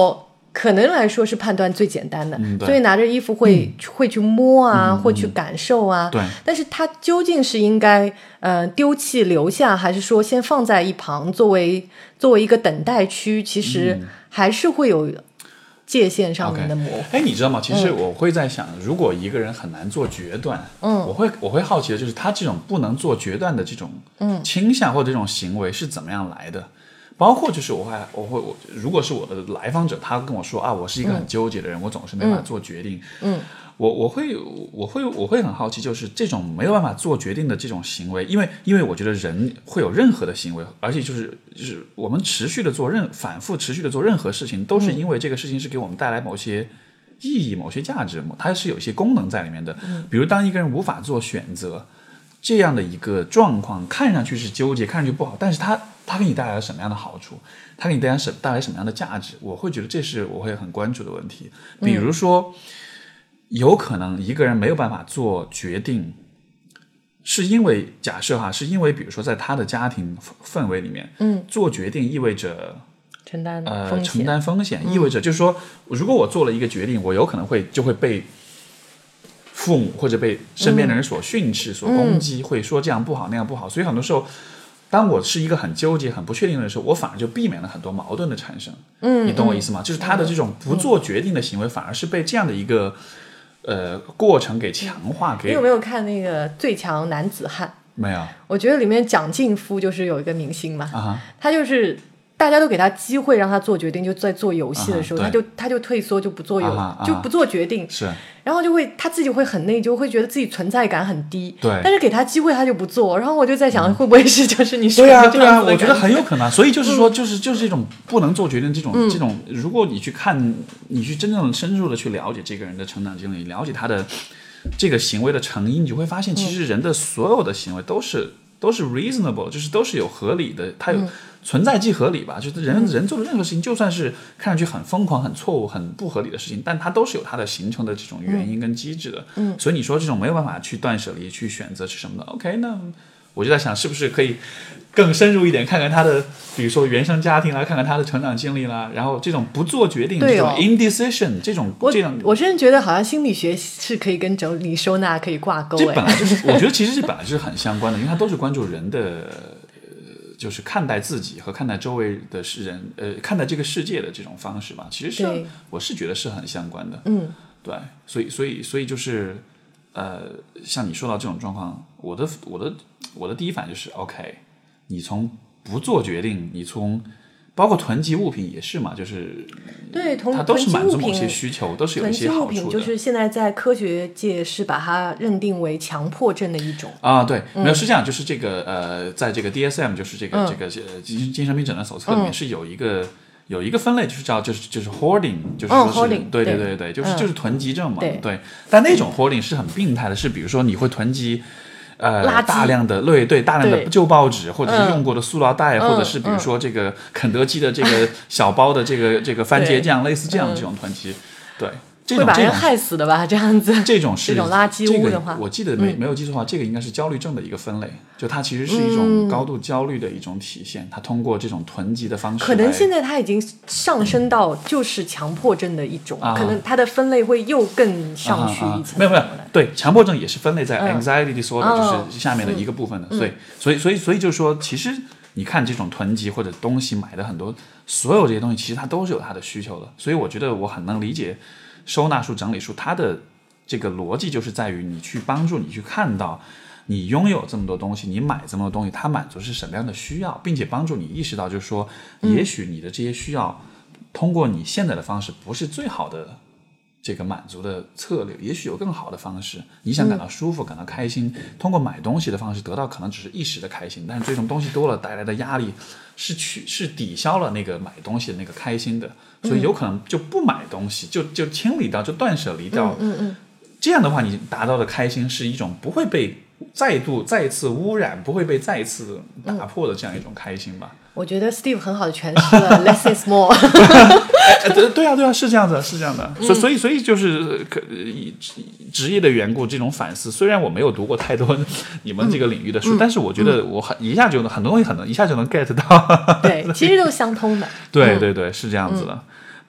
可能来说是判断最简单的， 嗯、 所以拿着衣服会、嗯、会去摸啊、嗯，会去感受啊。 对。 但是它究竟是应该呃丢弃留下，还是说先放在一旁作为作为一个等待区？其实还是会有界限上面的模糊。 哎、okay ，你知道吗？其实我会在想，嗯、如果一个人很难做决断，嗯，我会我会好奇的就是他这种不能做决断的这种倾向或者这种行为是怎么样来的？包括就是我会我会我如果是我的来访者，他跟我说啊，我是一个很纠结的人，嗯、我总是没办法做决定。嗯，我我会我会我会很好奇，就是这种没有办法做决定的这种行为，因为因为我觉得人会有任何的行为，而且就是就是我们持续的做任反复持续的做任何事情，都是因为这个事情是给我们带来某些意义、某些价值，它是有一些功能在里面的。比如当一个人无法做选择。这样的一个状况看上去是纠结，看上去不好，但是它它给你带来了什么样的好处？它给你带来什带来什么样的价值？我会觉得这是我会很关注的问题。比如说，嗯、有可能一个人没有办法做决定，是因为假设哈，是因为比如说在他的家庭氛围里面，嗯，做决定意味着承担呃承担风险，意味着就是说，如果我做了一个决定，我有可能会就会被。父母或者被身边的人所训斥、嗯、所攻击，会说这样不好那样不好，所以很多时候当我是一个很纠结很不确定的时候，我反而就避免了很多矛盾的产生。嗯，你懂我意思吗？就是他的这种不做决定的行为反而是被这样的一个呃过程给强化给。 你有没有看那个最强男子汉？ 没有。 我觉得里面蒋劲夫就是有一个明星嘛， 啊、 他就是大家都给他机会让他做决定，就在做游戏的时候、啊、他就他就退缩，就不做游、啊、就不做决定， 是， 然后就会他自己会很内疚，会觉得自己存在感很低。 对， 但是给他机会他就不做，然后我就在想、嗯、会不会是就是你说的这样子的对啊对啊，我觉得很有可能。所以就是说，就是就是这种不能做决定这种、嗯、这种，如果你去看，你去真正深入的去了解这个人的成长经历，了解他的这个行为的成因，你就会发现，其实人的所有的行为都是。嗯都是 reasonable， 就是都是有合理的，它有、嗯、存在即合理吧。就是人、嗯、人做的任何事情，就算是看上去很疯狂、很错误、很不合理的事情，但它都是有它的形成的这种原因跟机制的。嗯，所以你说这种没有办法去断舍离、去选择是什么的 ？OK， 那我就在想，是不是可以更深入一点，看看他的，比如说原生家庭啦，看看他的成长经历啦，然后这种不做决定， 对哦、 这种 indecision， 这种我这种， 我甚至觉得好像心理学是可以跟整理收纳可以挂钩。 这本来就是，我觉得其实这本来就是很相关的，因为它都是关注人的，呃，就是看待自己和看待周围的人，呃，看待这个世界的这种方式吧。其实是，我是觉得是很相关的。嗯，对，所以所以所以就是。呃，像你说到这种状况，我的我的我的第一反应就是 OK， 你从不做决定，你从包括囤积物品也是嘛，就是对， 它都是满足某些需求，都是有一些好处的。囤积物品就是现在在科学界是把它认定为强迫症的一种啊，对，嗯、没有是这样，就是这个呃，在这个 D S M 就是这个、嗯、这个呃精精神病诊断手册里面是有一个。嗯有一个分类就是叫就是就是 hoarding， 就是说是、 哦、hoarding， 对对对对，就是、嗯、就是囤积症嘛，对。对但那种 hoarding 是很病态的，是比如说你会囤积呃大量的对对大量的旧报纸，或者是用过的塑料袋， 嗯、 或者是比如说这个肯德基的这个小包的这个、嗯、这个番茄酱，类似这样的这种囤积，对。这种会把人害死的吧？这样子， 这种是这种垃圾屋的话， 这个、我记得没、嗯、没有记错的话，这个应该是焦虑症的一个分类，就它其实是一种高度焦虑的一种体现。嗯、它通过这种囤积的方式， 可能现在它已经上升到就是强迫症的一种，嗯、可能它的分类会又更上去一层。 没有没有，对，强迫症也是分类在 anxiety disorder、嗯、就是下面的一个部分的。嗯、所以所以所以所以就是说，其实你看这种囤积或者东西买的很多，所有这些东西其实它都是有它的需求的。所以我觉得我很能理解。收纳术、整理术，它的这个逻辑就是在于你去帮助你去看到，你拥有这么多东西，你买这么多东西，它满足是什么样的需要，并且帮助你意识到，就是说，也许你的这些需要，通过你现在的方式不是最好的这个满足的策略，也许有更好的方式。你想感到舒服、感到开心，通过买东西的方式得到可能只是一时的开心，但是这种东西多了带来的压力是去是抵消了那个买东西的那个开心的。所以有可能就不买东西，就就清理掉，就断舍离掉。 嗯嗯嗯。 这样的话，你达到的开心是一种不会被再度再次污染，不会被再次打破的这样一种开心吧。 我觉得 Steve 很好的诠释了 less is more 对对啊对啊，是这样的，是这样的。所以所以所以就是以职业的缘故，这种反思，虽然我没有读过太多你们这个领域的书，嗯、但是我觉得我很一下就能很多东西很能一下就能 get 到。 对，其实都是相通的。 对对对，是这样子的。嗯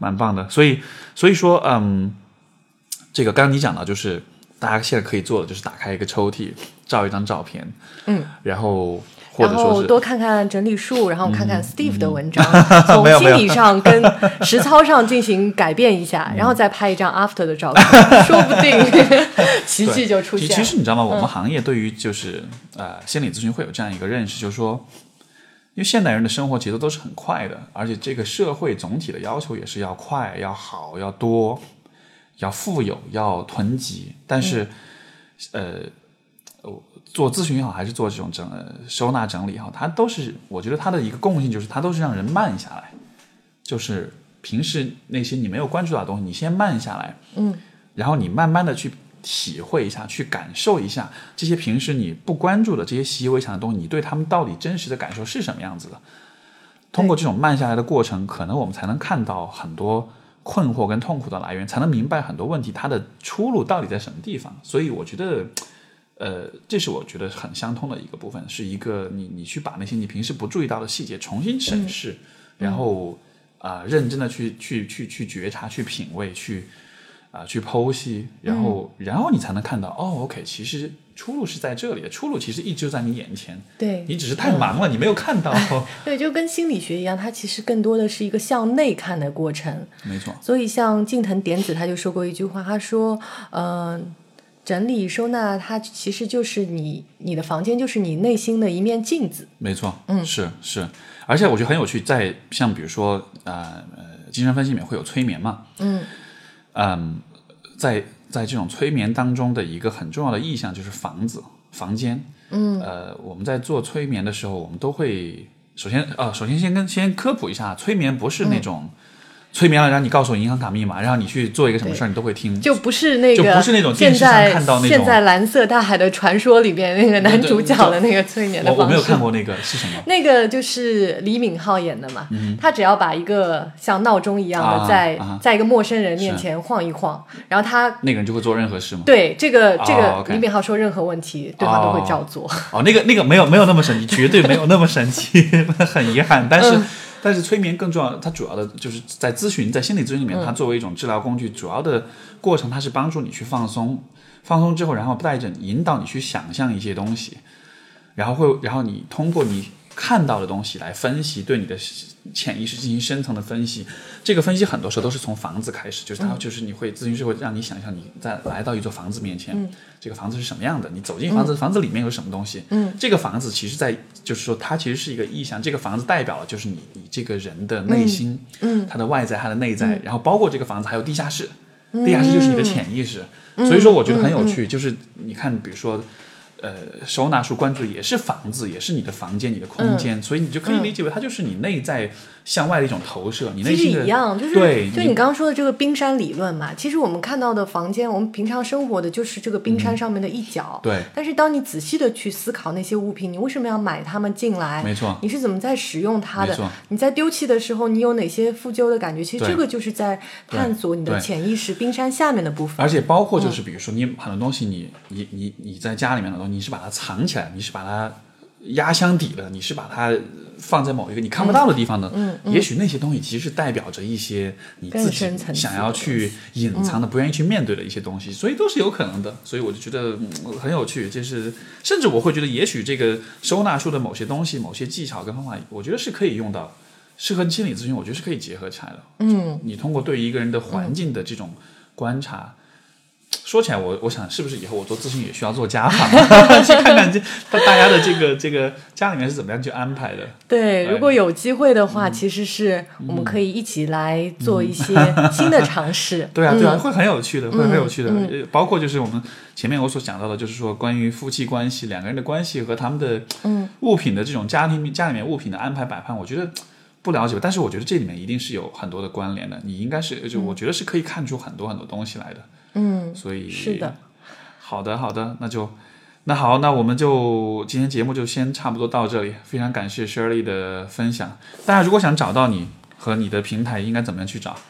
蛮棒的。所以所以说，嗯，这个刚刚你讲到，就是大家现在可以做的，就是打开一个抽屉，照一张照片， 嗯， 然后或者说是然后多看看整理术，然后看看 Steve 的文章，嗯、从心理上跟实操上进行改变一下，然后再拍一张 after 的照片，说不定奇迹就出现了。 其实你知道吗？我们行业对于就是呃心理咨询会有这样一个认识，就是说，因为现代人的生活节奏都是很快的，而且这个社会总体的要求也是要快、要好、要多、要富有、要囤积，但是、嗯、呃。做咨询也好，还是做这种整呃收纳整理也好，它都是我觉得它的一个共性就是它都是让人慢下来，就是平时那些你没有关注到的东西，你先慢下来， 嗯， 然后你慢慢的去体会一下，去感受一下这些平时你不关注的这些习以为常的东西，你对他们到底真实的感受是什么样子的。通过这种慢下来的过程，可能我们才能看到很多困惑跟痛苦的来源，才能明白很多问题它的出路到底在什么地方。所以我觉得呃，这是我觉得很相通的一个部分，是一个你你去把那些你平时不注意到的细节重新审视，嗯、然后啊、呃、认真的去去去去觉察、去品味、去啊、呃、去剖析，然后、嗯、然后你才能看到哦 ，OK， 其实出路是在这里的，出路其实一直就在你眼前， 对， 你只是太忙了，嗯、你没有看到。 对，就跟心理学一样，它其实更多的是一个向内看的过程。 没错。 所以像近藤典子他就说过一句话，他说，嗯、呃。整理收纳，它其实就是你你的房间，就是你内心的一面镜子。 没错， 嗯， 是是，而且我觉得很有趣，在像比如说呃精神分析里面会有催眠嘛， 嗯嗯，在在这种催眠当中的一个很重要的意象就是房子房间， 嗯， 呃，我们在做催眠的时候，我们都会首先呃首先先跟先科普一下，催眠不是那种。嗯催眠了，让你告诉我银行卡密码，然后你去做一个什么事儿，你都会听。 就不是那个， 就不是那种电视上看到那种。 现在蓝色大海的传说里边那个男主角的那个催眠的方式。 我我没有看过那个是什么？ 那个就是李敏镐演的嘛，嗯、他只要把一个像闹钟一样的在、 啊啊、 在一个陌生人面前晃一晃，然后他那个人就会做任何事吗？ 对，这个这个、 哦 okay、 李敏镐说任何问题，对方都会照做。 哦，哦那个那个没有没有那么神奇，绝对没有那么神奇，很遗憾，但是。嗯但是催眠更重要，它主要的就是在咨询，在心理咨询里面，它作为一种治疗工具，主要的过程它是帮助你去放松，放松之后，然后带着引导你去想象一些东西，然后会，然后你通过你看到的东西来分析，对你的潜意识进行深层的分析。这个分析很多时候都是从房子开始，就是它就是你会咨询师会让你想象你在来到一座房子面前， 嗯、 这个房子是什么样的，你走进房子，嗯、房子里面有什么东西。 嗯， 这个房子其实在就是说它其实是一个意象，这个房子代表了就是你你这个人的内心， 嗯， 它的外在，它的内在， 嗯、 然后包括这个房子还有地下室，嗯、地下室就是你的潜意识。嗯、所以说我觉得很有趣，嗯、就是你看，比如说。呃，收纳术关注也是房子，也是你的房间，你的空间，嗯、所以你就可以理解为它就是你内在向外的一种投射。你内心的其实一样，就是对， 就你刚刚说的这个冰山理论嘛。其实我们看到的房间，我们平常生活的就是这个冰山上面的一角。 嗯、对。 但是当你仔细的去思考那些物品，你为什么要买它们进来？ 没错。 你是怎么在使用它的？ 没错。 你在丢弃的时候，你有哪些负疚的感觉？其实这个就是在探索你的潜意识冰山下面的部分。 而且包括就是比如说你很多东西你，你你你你在家里面的东西，你是把它藏起来。你是把它压箱底的，你是把它放在某一个你看不到的地方的， 嗯嗯、 也许那些东西其实代表着一些你自己想要去隐藏的、 嗯、 不愿意去面对的一些东西，所以都是有可能的。所以我就觉得、嗯、很有趣，就是甚至我会觉得，也许这个收纳术的某些东西、某些技巧跟方法，我觉得是可以用到，适合心理咨询，我觉得是可以结合起来的。 嗯， 你通过对于一个人的环境的这种观察。嗯说起来我，我想是不是以后我做咨询也需要做家访，去看看这大家的这个这个家里面是怎么样去安排的。 对，如果有机会的话，嗯、其实是我们可以一起来做一些新的尝试。 嗯、对啊，对啊，嗯、会很有趣的，会很有趣的。 嗯、 包括就是我们前面我所讲到的，就是说关于夫妻关系、两个人的关系和他们的物品的这种家庭家里面物品的安排摆判，我觉得。不了解，但是我觉得这里面一定是有很多的关联的。你应该是，就我觉得是可以看出很多很多东西来的。 嗯， 所以是的。 好的，好的，那就那好，那我们就今天节目就先差不多到这里。非常感谢 Shirley 的分享。大家如果想找到你和你的平台，应该怎么样去找？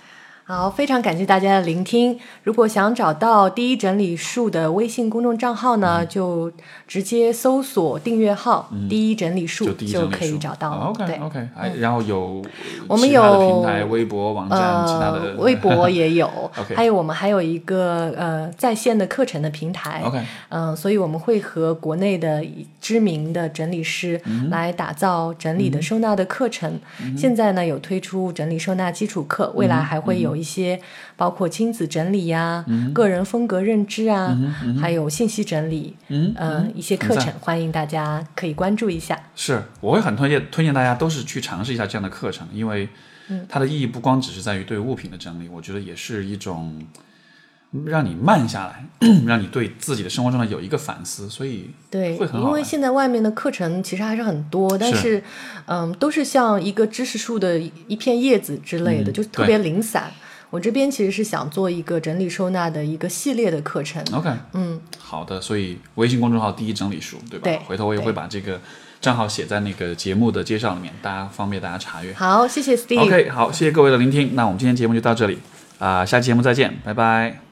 好，非常感谢大家的聆听。如果想找到第一整理术的微信公众账号呢，嗯、就直接搜索订阅号“嗯、第一整理术”就, 就可以找到了。 OK 对 OK，、嗯、然后有我们有平台、微博、网站、呃、其他的， 微博也有。 okay. 还有我们还有一个呃在线的课程的平台。 OK， 嗯、呃，所以我们会和国内的知名的整理师来打造整理的收纳的课程。嗯、现在呢有推出整理收纳基础课，未来还会有一些。包括亲子整理呀、啊嗯、个人风格认知啊、嗯嗯、还有信息整理、嗯呃、一些课程，欢迎大家可以关注一下。 是，我会很推荐推荐大家都是去尝试一下这样的课程，因为它的意义不光只是在于对物品的整理，我觉得也是一种让你慢下来让你对自己的生活中的有一个反思，所以对， 会很好玩。 因为现在外面的课程其实还是很多，但是嗯，都是像一个知识树的一片叶子之类的、嗯、就特别零散。我这边其实是想做一个整理收纳的一个系列的课程。 OK， 嗯， 好的，所以微信公众号第一整理术，对吧？ 对， 回头我也会把这个账号写在那个节目的介绍里面，大家方便大家查阅。 好，谢谢 Steve。 OK， 好，谢谢各位的聆听，那我们今天节目就到这里啊、呃，下期节目再见，拜拜。